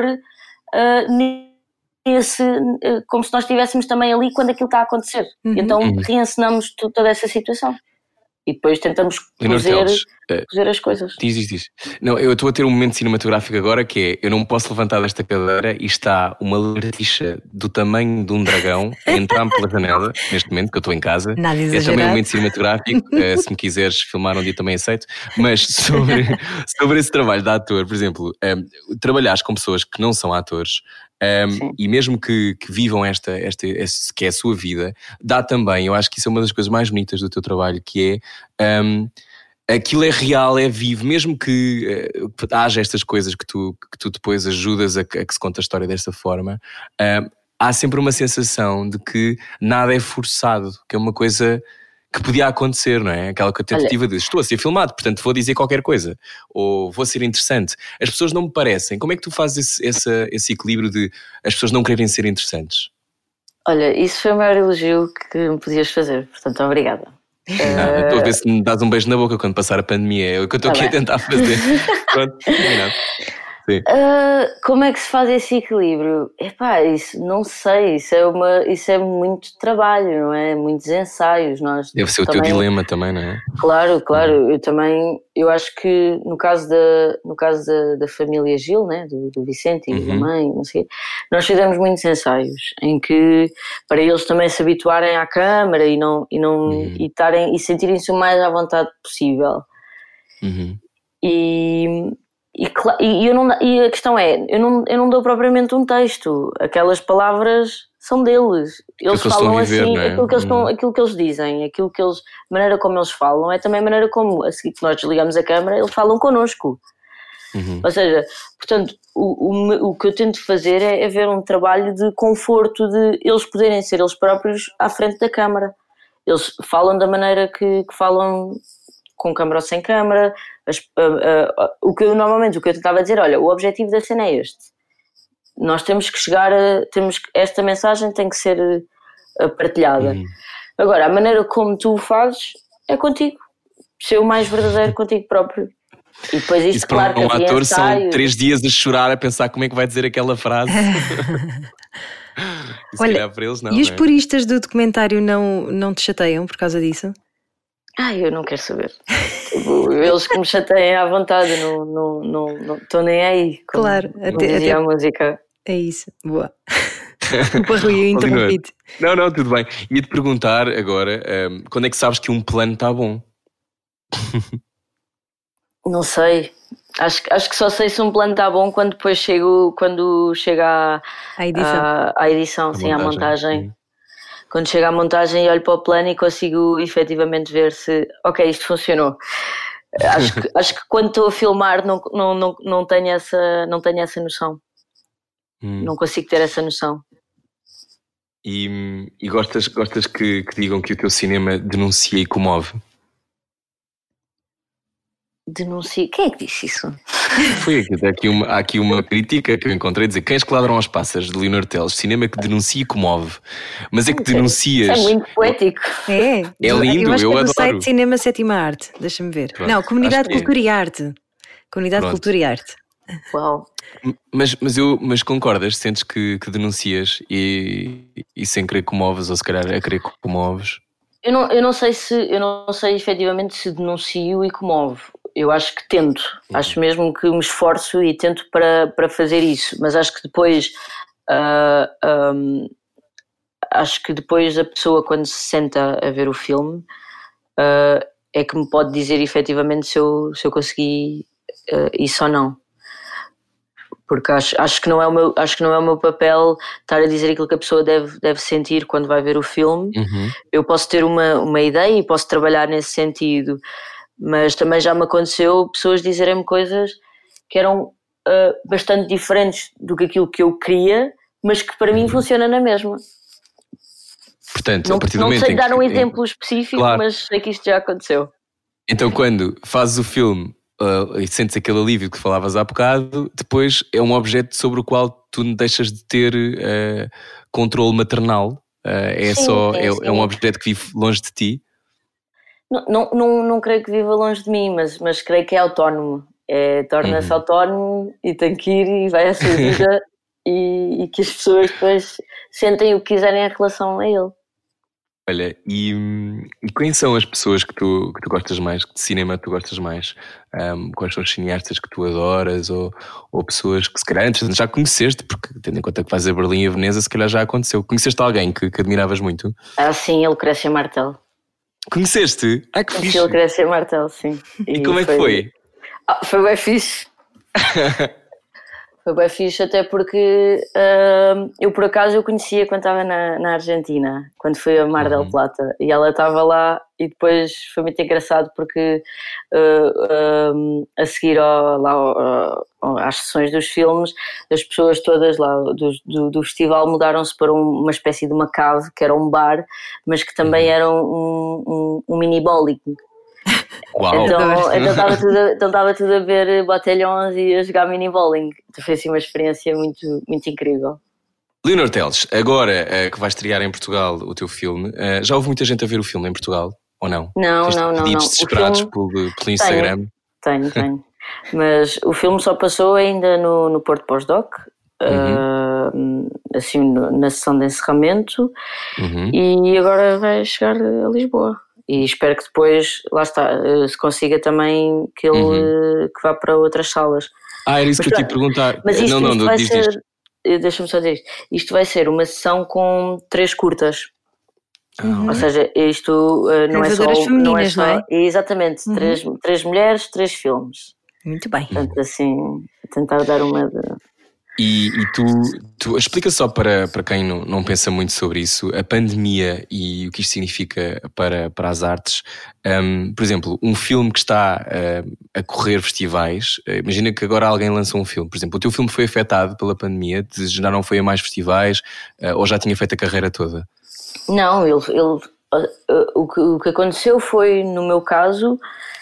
uh, nesse, uh, como se nós estivéssemos também ali quando aquilo está a acontecer. Uhum. Então uhum. reencenamos toda essa situação. E depois tentamos cozer, cozer as coisas. Diz, diz, diz. Não, eu estou a ter um momento cinematográfico agora que é, eu não me posso levantar desta cadeira e está uma lagartixa do tamanho de um dragão a entrar-me pela janela, neste momento, que eu estou em casa. Nada é também um momento cinematográfico, uh, se me quiseres filmar um dia também aceito. Mas sobre, sobre esse trabalho de ator, por exemplo, um, trabalhares com pessoas que não são atores, Um, e mesmo que, que vivam esta, esta, esta, que é a sua vida, dá também, eu acho que isso é uma das coisas mais bonitas do teu trabalho, que é um, aquilo é real, é vivo, mesmo que uh, haja estas coisas que tu, que tu depois ajudas a, a que se conte a história desta forma, um, há sempre uma sensação de que nada é forçado, que é uma coisa que podia acontecer, não é? Aquela tentativa Olha. de estou a ser filmado, portanto vou dizer qualquer coisa, ou vou ser interessante. As pessoas não me parecem. Como é que tu fazes esse, esse, esse equilíbrio de as pessoas não quererem ser interessantes? Olha, isso foi o maior elogio que me podias fazer, portanto obrigada. Ah, estou a ver se me dás um beijo na boca quando passar a pandemia, é o que eu estou tá aqui bem. a tentar fazer. Pronto, combinado. Uh, como é que se faz esse equilíbrio? Epá, isso não sei, isso é, uma, isso é muito trabalho, não é? Muitos ensaios. Nós Deve ser também, o teu dilema também, não é? Claro, claro. Eu também, eu acho que no caso da, no caso da, da família Gil, né? do, do Vicente e uhum. da mãe, não sei, nós fizemos muitos ensaios em que, para eles também se habituarem à câmara e, não, e, não, uhum. e, tarem, e sentirem-se o mais à vontade possível. Uhum. E... E, e, eu não, e a questão é, eu não, eu não dou propriamente um texto, aquelas palavras são deles, eles que falam viver, assim, é? aquilo, que eles hum. estão, aquilo que eles dizem, aquilo que eles, a maneira como eles falam é também a maneira como, a seguir que nós desligamos a câmara, eles falam connosco. Uhum. Ou seja, portanto, o, o, o que eu tento fazer é, é ver um trabalho de conforto, de eles poderem ser eles próprios à frente da câmara. Eles falam da maneira que, que falam, com câmara ou sem câmara. As, uh, uh, o que eu normalmente o que eu tentava dizer, olha, o objetivo da cena é este, nós temos que chegar a, temos que, esta mensagem tem que ser uh, partilhada. Uhum. Agora, a maneira como tu o fazes é contigo, ser o mais verdadeiro contigo próprio. E depois isto, Isso claro, para um que ator ensaio, são três dias a chorar a pensar como é que vai dizer aquela frase. E se Olha, calhar para eles não, e os não é? puristas do documentário não, não te chateiam por causa disso? Ai, eu não quero saber. Eles que me chateiem à vontade, não, não, não, não estou nem aí. Como, claro, como até, dizia até a música. É isso, boa. Desculpa, Rui, eu interrompi-te. Não, não, tudo bem. Ia-te perguntar agora, um, quando é que sabes que um plano está bom? Não sei. Acho, acho que só sei se um plano está bom quando depois chego, quando chega à, à edição, à, à edição, a sim, montagem. à montagem. Hum. Quando chego à montagem e olho para o plano e consigo efetivamente ver se, ok, isto funcionou. Acho que, acho que quando estou a filmar não, não, não, não, tenho, essa, não tenho essa noção. Hum. Não consigo ter essa noção. E, e gostas, gostas que, que digam que o teu cinema denuncia e comove? Denuncia? Quem é que disse isso? Foi aqui, há aqui uma, há aqui uma crítica que eu encontrei, dizer Cães que Ladram aos Pássaros, de Leonor Teles, cinema que denuncia e comove. Mas é que denuncias... É muito poético. É, é lindo, eu, acho eu que é do adoro. site Cinema Sétima Arte, deixa-me ver. Pronto, não, Comunidade Cultura é. e Arte. Comunidade Pronto. Cultura e Arte. Uau. Mas, mas, eu, mas concordas? Sentes que, que denuncias e, e sem querer comoves, ou se calhar a querer comoves? Eu não, eu não sei se, eu não sei efetivamente se denuncio e comovo. Eu acho que tento, uhum. acho mesmo que me esforço e tento para, para fazer isso, mas acho que depois uh, um, acho que depois a pessoa quando se senta a ver o filme uh, é que me pode dizer efetivamente se eu, se eu consegui uh, isso ou não. Porque acho, acho, que não é o meu, acho que não é o meu papel estar a dizer aquilo que a pessoa deve, deve sentir quando vai ver o filme. Uhum. Eu posso ter uma, uma ideia e posso trabalhar nesse sentido, mas também já me aconteceu pessoas dizerem-me coisas que eram uh, bastante diferentes do que aquilo que eu queria, mas que para mim funciona na mesma. Portanto, Não, a partir do não momento sei em dar que, um em- exemplo específico, Claro. mas sei que isto já aconteceu. Então, quando fazes o filme uh, e sentes aquele alívio que falavas há bocado, depois é um objeto sobre o qual tu não deixas de ter uh, controle maternal. Uh, é Sim, só sim, é, sim. é um objeto que vive longe de ti. Não, não, não, não creio que viva longe de mim, mas, mas creio que é autónomo. É, torna-se Uhum. autónomo e tem que ir e vai à sua vida e, e que as pessoas depois sentem o que quiserem em relação a ele. Olha, e, hum, e quem são as pessoas que tu, que tu gostas mais, que de cinema tu gostas mais? Um, quais são os cineastas que tu adoras? Ou, ou pessoas que se calhar antes já conheceste, porque tendo em conta que vais a Berlim e a Veneza, se calhar já aconteceu. Conheceste alguém que, que admiravas muito? Ah, sim, ele cresce Martel. Conheceste? Ah, que Conheci fixe! ele cresce Martel, sim. E como é que foi? Ah, foi bem fixe. Foi bem fixe, até porque ah, eu por acaso eu conhecia quando estava na, na Argentina, quando fui a Mar del Uhum. Plata, e ela estava lá e depois foi muito engraçado porque ah, ah, a seguir ao, lá, ao- ao- às sessões dos filmes, as pessoas todas lá do, do, do festival mudaram-se para um- uma espécie de uma cave, que era um bar, mas que também Uhum. era um, um, um mini bowling. Uau! Então Adoro. então estava tudo, a- então estava tudo a ver botelhões e a jogar mini bowling. Então foi assim uma experiência muito, muito incrível. Leonor Teles, agora eh, que vais estrear em Portugal o teu filme, eh, já houve muita gente a ver o filme em Portugal? Ou não? Não, Tens não, não, pedidos não. O desesperados filme- pelo, pelo Instagram? Tenho, tenho. Mas o filme só passou ainda no, no Porto Pós-Doc, ah, assim no- na sessão de encerramento, Uhum. e agora vai chegar a Lisboa. E espero que depois, lá está, eh, se consiga também que ele Uhum. eh, que vá para outras salas. Ah, era isso Mas que eu te ia pronto, perguntar. Mas isto, não, não, isto não, vai diz ser. isto. eh, Deixa-me só dizer isto. Isto vai ser uma sessão com três curtas. Ah, Ou ok. seja, isto eh, não é só. Realizadoras Não é femininas, só não é? Exatamente, Uhum. três, três mulheres, três filmes. Muito bem. Portanto, assim, tentar dar uma. De... E, e tu, tu explica só para, para quem não, não pensa muito sobre isso, a pandemia e o que isto significa para, para as artes. Um, por exemplo, um filme que está uh, a correr festivais, uh, imagina que agora alguém lança um filme, por exemplo, o teu filme foi afetado pela pandemia, de- já não foi a mais festivais, uh, ou já tinha feito a carreira toda? Não, ele, ele, eh, eh, o, que, o que aconteceu foi, no meu caso,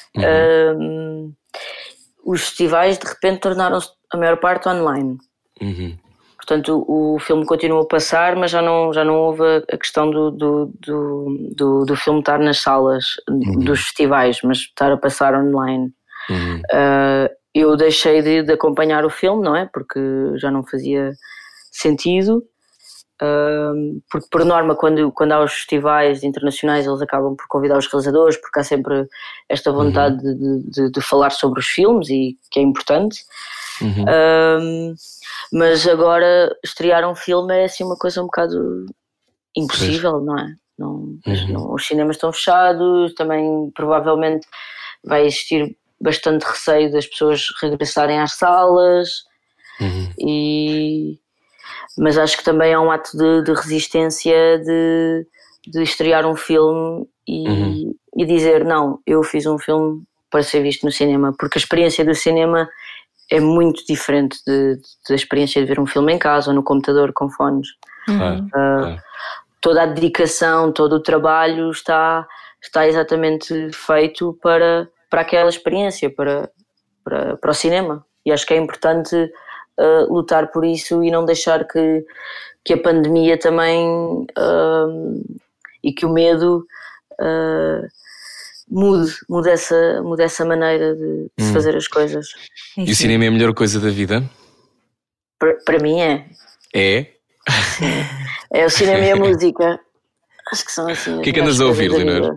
Uhum. eh, os festivais de repente tornaram-se a maior parte online. Uhum. Portanto, o, o filme continuou a passar, mas já não, já não houve a, a questão do, do, do, do, do filme estar nas salas dos festivais, mas estar a passar online. Uhum. Uh, eu deixei de, de acompanhar o filme, não é? Porque já não fazia sentido. Uh, porque, por norma, quando, quando há os festivais internacionais, eles acabam por convidar os realizadores, porque há sempre esta vontade de, de, de falar sobre os filmes, e que é importante. Uhum. Um, mas agora estrear um filme é assim uma coisa um bocado impossível, não é? Não, Uhum. não, os cinemas estão fechados, também provavelmente vai existir bastante receio das pessoas regressarem às salas, Uhum. e, mas acho que também é um ato de, de resistência de, de estrear um filme e, Uhum. e dizer não, eu fiz um filme para ser visto no cinema, porque a experiência do cinema é muito diferente de, de, da experiência de ver um filme em casa ou no computador com fones. Claro, claro. Toda a dedicação, todo o trabalho está, está exatamente feito para, para aquela experiência, para, para, para o cinema. E acho que é importante uh, lutar por isso e não deixar que, que a pandemia também uh, e que o medo uh, mude, mude, essa, mude essa maneira de, de Hum. fazer as coisas. E o cinema é a melhor coisa da vida? Para, para mim é. É? É o cinema e a música. Acho que são assim. O que é que andas a ouvir, Leonor?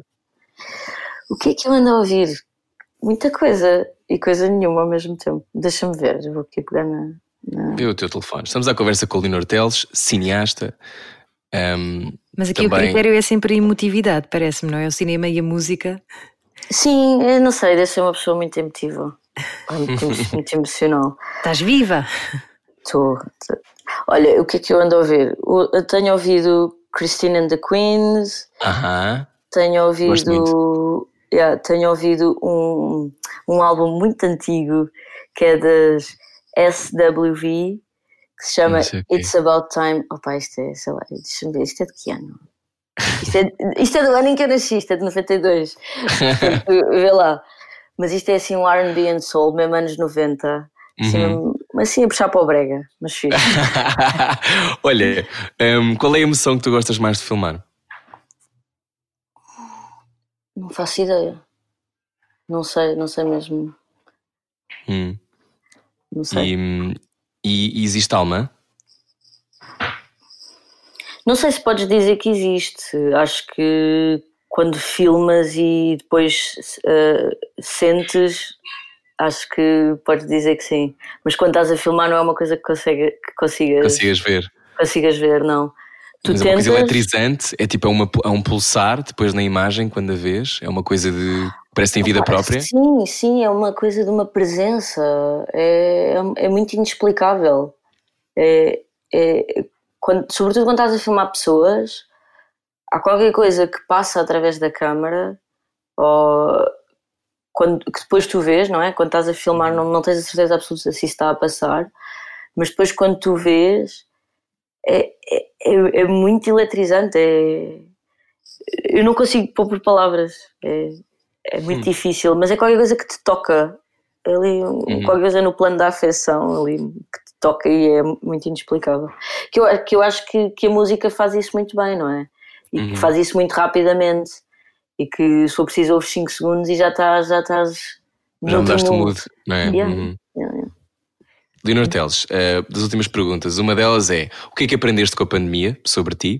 O que é que eu ando a ouvir? Muita coisa e coisa nenhuma ao mesmo tempo. Deixa-me ver, vou aqui pegar na. na... Vê o teu telefone. Estamos à conversa com o Leonor Teles, cineasta. Um, Mas aqui também... o critério é sempre a emotividade, parece-me, não é? O cinema e a música. Sim, eu não sei, deve ser uma pessoa muito emotiva. Muito, muito emocional. Estás viva? Estou. Olha, o que é que eu ando a ouvir? Eu tenho ouvido Christine and the Queens. Aham. Uh-huh. Tenho ouvido. Yeah, tenho ouvido um, um álbum muito antigo que é das S W V, que se chama It's About Time. Opa, isto é, sei lá, deixa-me ver, isto é de que ano? Isto é, isto é do ano em que eu nasci, isto é de noventa e dois. Portanto, vê lá. Mas isto é assim um R and B and Soul, mesmo anos noventa. Assim, uhum. Mas assim a puxar para o brega, mas fixe. Olha, um, qual é a emoção que tu gostas mais de filmar? Não faço ideia. Não sei, não sei mesmo. Hum. Não sei. E, e existe alma? Não sei se podes dizer que existe. Acho que quando filmas e depois uh, sentes, acho que podes dizer que sim. Mas quando estás a filmar não é uma coisa que, consiga, que consigas, consigas ver. Consigas ver, não. Tu Mas tentas... é uma coisa eletrizante, é tipo é, uma, é um pulsar depois na imagem quando a vês, é uma coisa de... parece que tem vida própria. Sim, sim, é uma coisa de uma presença, é, é, é muito inexplicável. É, é, quando, sobretudo quando estás a filmar pessoas, há qualquer coisa que passa através da câmara, ou quando, que depois tu vês, não é? Quando estás a filmar não, não tens a certeza absoluta se isso está a passar, mas depois quando tu vês é, é, é, é muito eletrizante, é, eu não consigo pôr por palavras, é, é muito hum. difícil, mas é qualquer coisa que te toca, é ali, uhum. qualquer coisa no plano da afeição ali, que te toca e é muito inexplicável. Que eu, que eu acho que, que a música faz isso muito bem, não é? E uhum. que faz isso muito rapidamente. E que se for preciso ouves cinco segundos e já estás já estás já mudaste o mood, não é? Yeah. Uhum. Yeah, yeah. Leonor Teles, uh, das últimas perguntas, uma delas é: o que é que aprendeste com a pandemia sobre ti?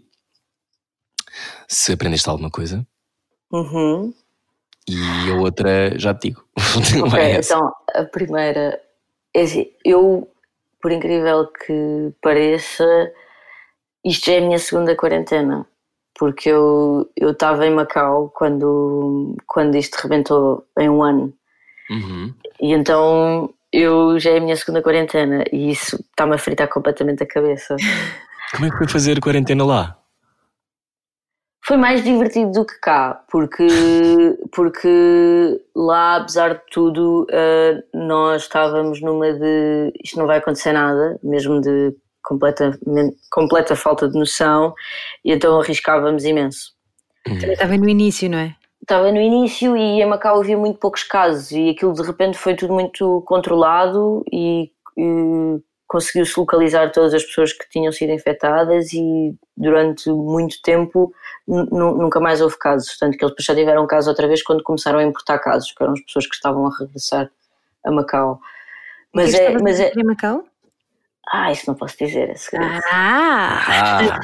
Se aprendeste alguma coisa? Uhum. E a outra, já te digo. Não okay, é essa. Então, a primeira é assim, eu, por incrível que pareça, isto já é a minha segunda quarentena. Porque eu eu estava em Macau quando, quando isto rebentou em um ano. Uhum. E então eu já é a minha segunda quarentena e isso está-me a fritar completamente a cabeça. Como é que foi fazer quarentena lá? Foi mais divertido do que cá, porque, porque lá, apesar de tudo, nós estávamos numa de isto não vai acontecer nada, mesmo de Completa, completa falta de noção, e então arriscávamos imenso. Também estava no início, não é? Estava no início e em Macau havia muito poucos casos e aquilo de repente foi tudo muito controlado e, e conseguiu-se localizar todas as pessoas que tinham sido infectadas e durante muito tempo n- nunca mais houve casos, tanto que eles já tiveram casos outra vez quando começaram a importar casos, que eram as pessoas que estavam a regressar a Macau. Mas é, mas é... em Macau? Ah, isso não posso dizer, é segredo. Ah! ah.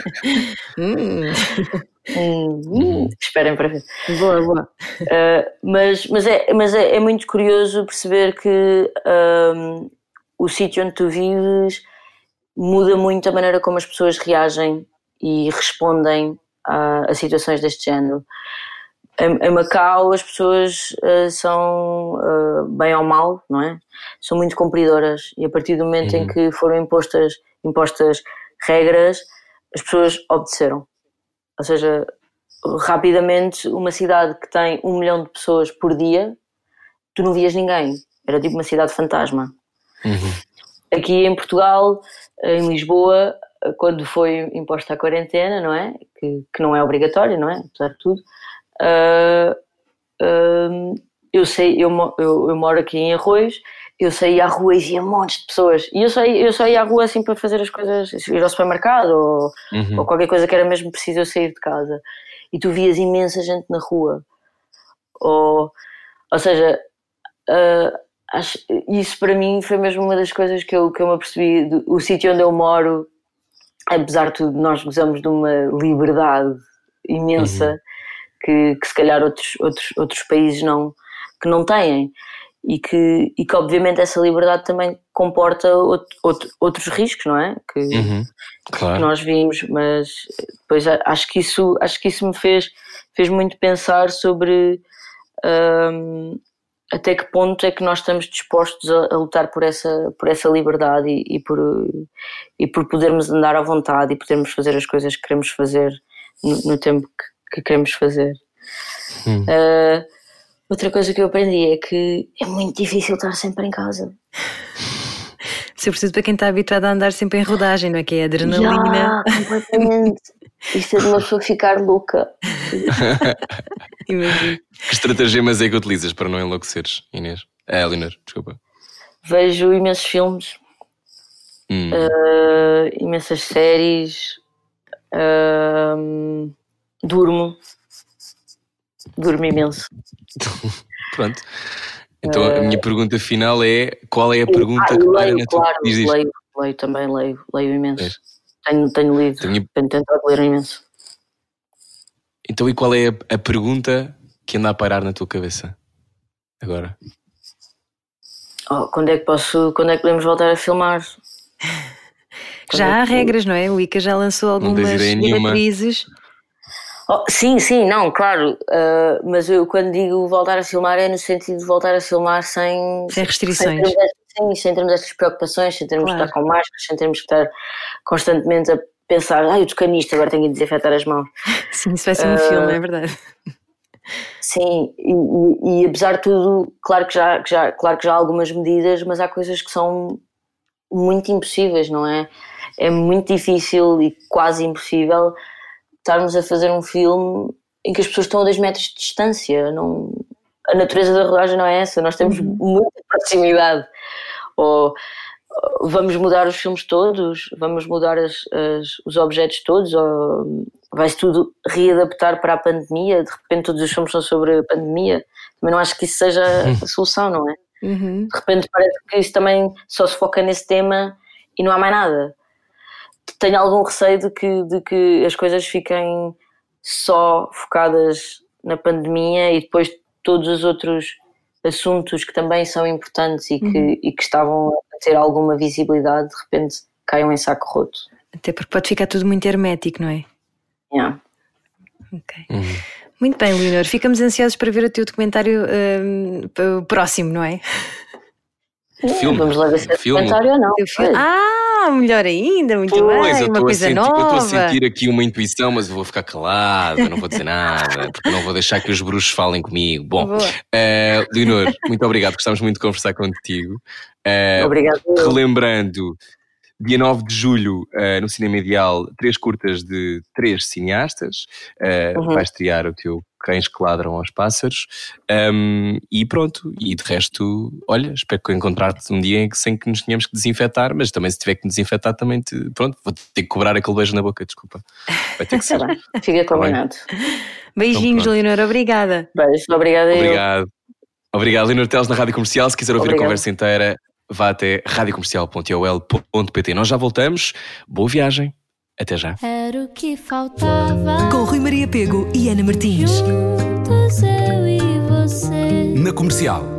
hum. Hum, hum. Esperem para ver. Boa, boa. Uh, mas mas, é, mas é, é muito curioso perceber que um, o sítio onde tu vives muda muito a maneira como as pessoas reagem e respondem a, a situações deste género. Em, em Macau as pessoas uh, são, uh, bem ou mal, não é? São muito cumpridoras e a partir do momento uhum. em que foram impostas, impostas regras, as pessoas obedeceram. Ou seja, rapidamente uma cidade que tem um milhão de pessoas por dia, tu não vias ninguém. Era tipo uma cidade fantasma. Uhum. Aqui em Portugal, em Lisboa, quando foi imposta a quarentena, não é? Que, que não é obrigatória, não é? Apesar de tudo. Uh, uh, eu sei, eu, eu, eu moro aqui em Arroios, eu saía à rua e via montes de pessoas e eu só, eu só ia à rua assim para fazer as coisas, ir ao supermercado ou, uhum. ou qualquer coisa que era mesmo preciso eu sair de casa e tu vias imensa gente na rua ou, ou seja uh, acho, isso para mim foi mesmo uma das coisas que eu, que eu me apercebi do, o sítio onde eu moro, apesar de tudo nós gozamos de uma liberdade imensa uhum. Que, que se calhar outros, outros, outros países não, que não têm e que, e que obviamente essa liberdade também comporta outro, outro, outros riscos, não é? Que, Uhum, claro. que nós vimos, mas depois acho que isso, acho que isso me fez, fez muito pensar sobre hum, até que ponto é que nós estamos dispostos a, a lutar por essa, por essa liberdade e, e, por, e por podermos andar à vontade e podermos fazer as coisas que queremos fazer no, no tempo que, que queremos fazer. Hum. Uh, outra coisa que eu aprendi é que é muito difícil estar sempre em casa. Sobretudo para quem está habituado a andar sempre em rodagem, não é? Que é a adrenalina. Já, completamente. Isto é de uma pessoa ficar louca. Imagino. Que estratagemas é que utilizas para não enlouqueceres, Inês? É, Leonor, desculpa. Vejo imensos filmes, hum. uh, imensas séries, uh, durmo, durmo imenso. Pronto. Então a minha pergunta final é: qual é a pergunta ah, que leio, para na tua... claro, diz, diz. leio, leio também, leio, leio imenso. É. Tenho, tenho lido, tenho... tenho tentado ler imenso. Então, e qual é a, a pergunta que anda a pairar na tua cabeça agora? Oh, quando é que posso, quando é que podemos voltar a filmar? Já é há que... regras, não é? O I C A já lançou algumas diretrizes. Oh, sim, sim, não, claro, uh, mas eu quando digo voltar a filmar é no sentido de voltar a filmar sem, sem restrições, sem termos, sim, sem termos estas preocupações, sem termos claro. de estar com máscaras, sem termos de estar constantemente a pensar, ai, eu toquei nisto, agora tenho que desinfetar as mãos. Sim, isso vai ser um uh, filme, é verdade. Sim, e, e, e apesar de tudo, claro que, já, que já, claro que já há algumas medidas, mas há coisas que são muito impossíveis, não é? É muito difícil e quase impossível estarmos a fazer um filme em que as pessoas estão a dois metros de distância. Não, a natureza da rodagem não é essa, nós temos uhum. muita proximidade. Ou vamos mudar os filmes todos, vamos mudar as, as, os objetos todos, ou vai-se tudo readaptar para a pandemia, de repente todos os filmes são sobre a pandemia. Também não acho que isso seja a solução, não é? Uhum. De repente parece que isso também só se foca nesse tema e não há mais nada. Tenho algum receio de que, de que as coisas fiquem só focadas na pandemia e depois todos os outros assuntos que também são importantes e que, uhum. e que estavam a ter alguma visibilidade, de repente caiam em saco roto. Até porque pode ficar tudo muito hermético, não é? Yeah. Ok. Uhum. Muito bem, Leonor. Ficamos ansiosos para ver o teu documentário uh, próximo, não é? Filme. Vamos lá ver se é filme. documentário ou não. Ah, melhor ainda, muito pois, bem, uma coisa sentir, nova. Eu estou a sentir aqui uma intuição, mas vou ficar calado, não vou dizer nada, porque não vou deixar que os bruxos falem comigo. Bom, uh, Leonor, muito obrigado, gostávamos muito de conversar contigo. Uh, Obrigado. Relembrando, dia nove de julho, uh, no Cinema Ideal, três curtas de três cineastas. Uh, uhum. Vai estrear o teu Cães que Ladram aos Pássaros. Um, e pronto, e de resto, olha, espero que encontrar-te um dia em que, sem que nos tenhamos que desinfetar, mas também se tiver que desinfetar, também te, pronto, vou ter que cobrar aquele beijo na boca, desculpa. Vai ter que ser. Fica combinado. Beijinhos, então, Leonor, obrigada. Beijo, obrigada. Obrigado. Eu. Obrigado, Leonor Teles, na Rádio Comercial. Se quiser ouvir Obrigado. a conversa inteira, vá até rádio comercial ponto i o l ponto p t. Nós já voltamos. Boa viagem. Até já. Era o que faltava. Com Rui Maria Pego e Ana Martins. Juntos eu e você. Na Comercial.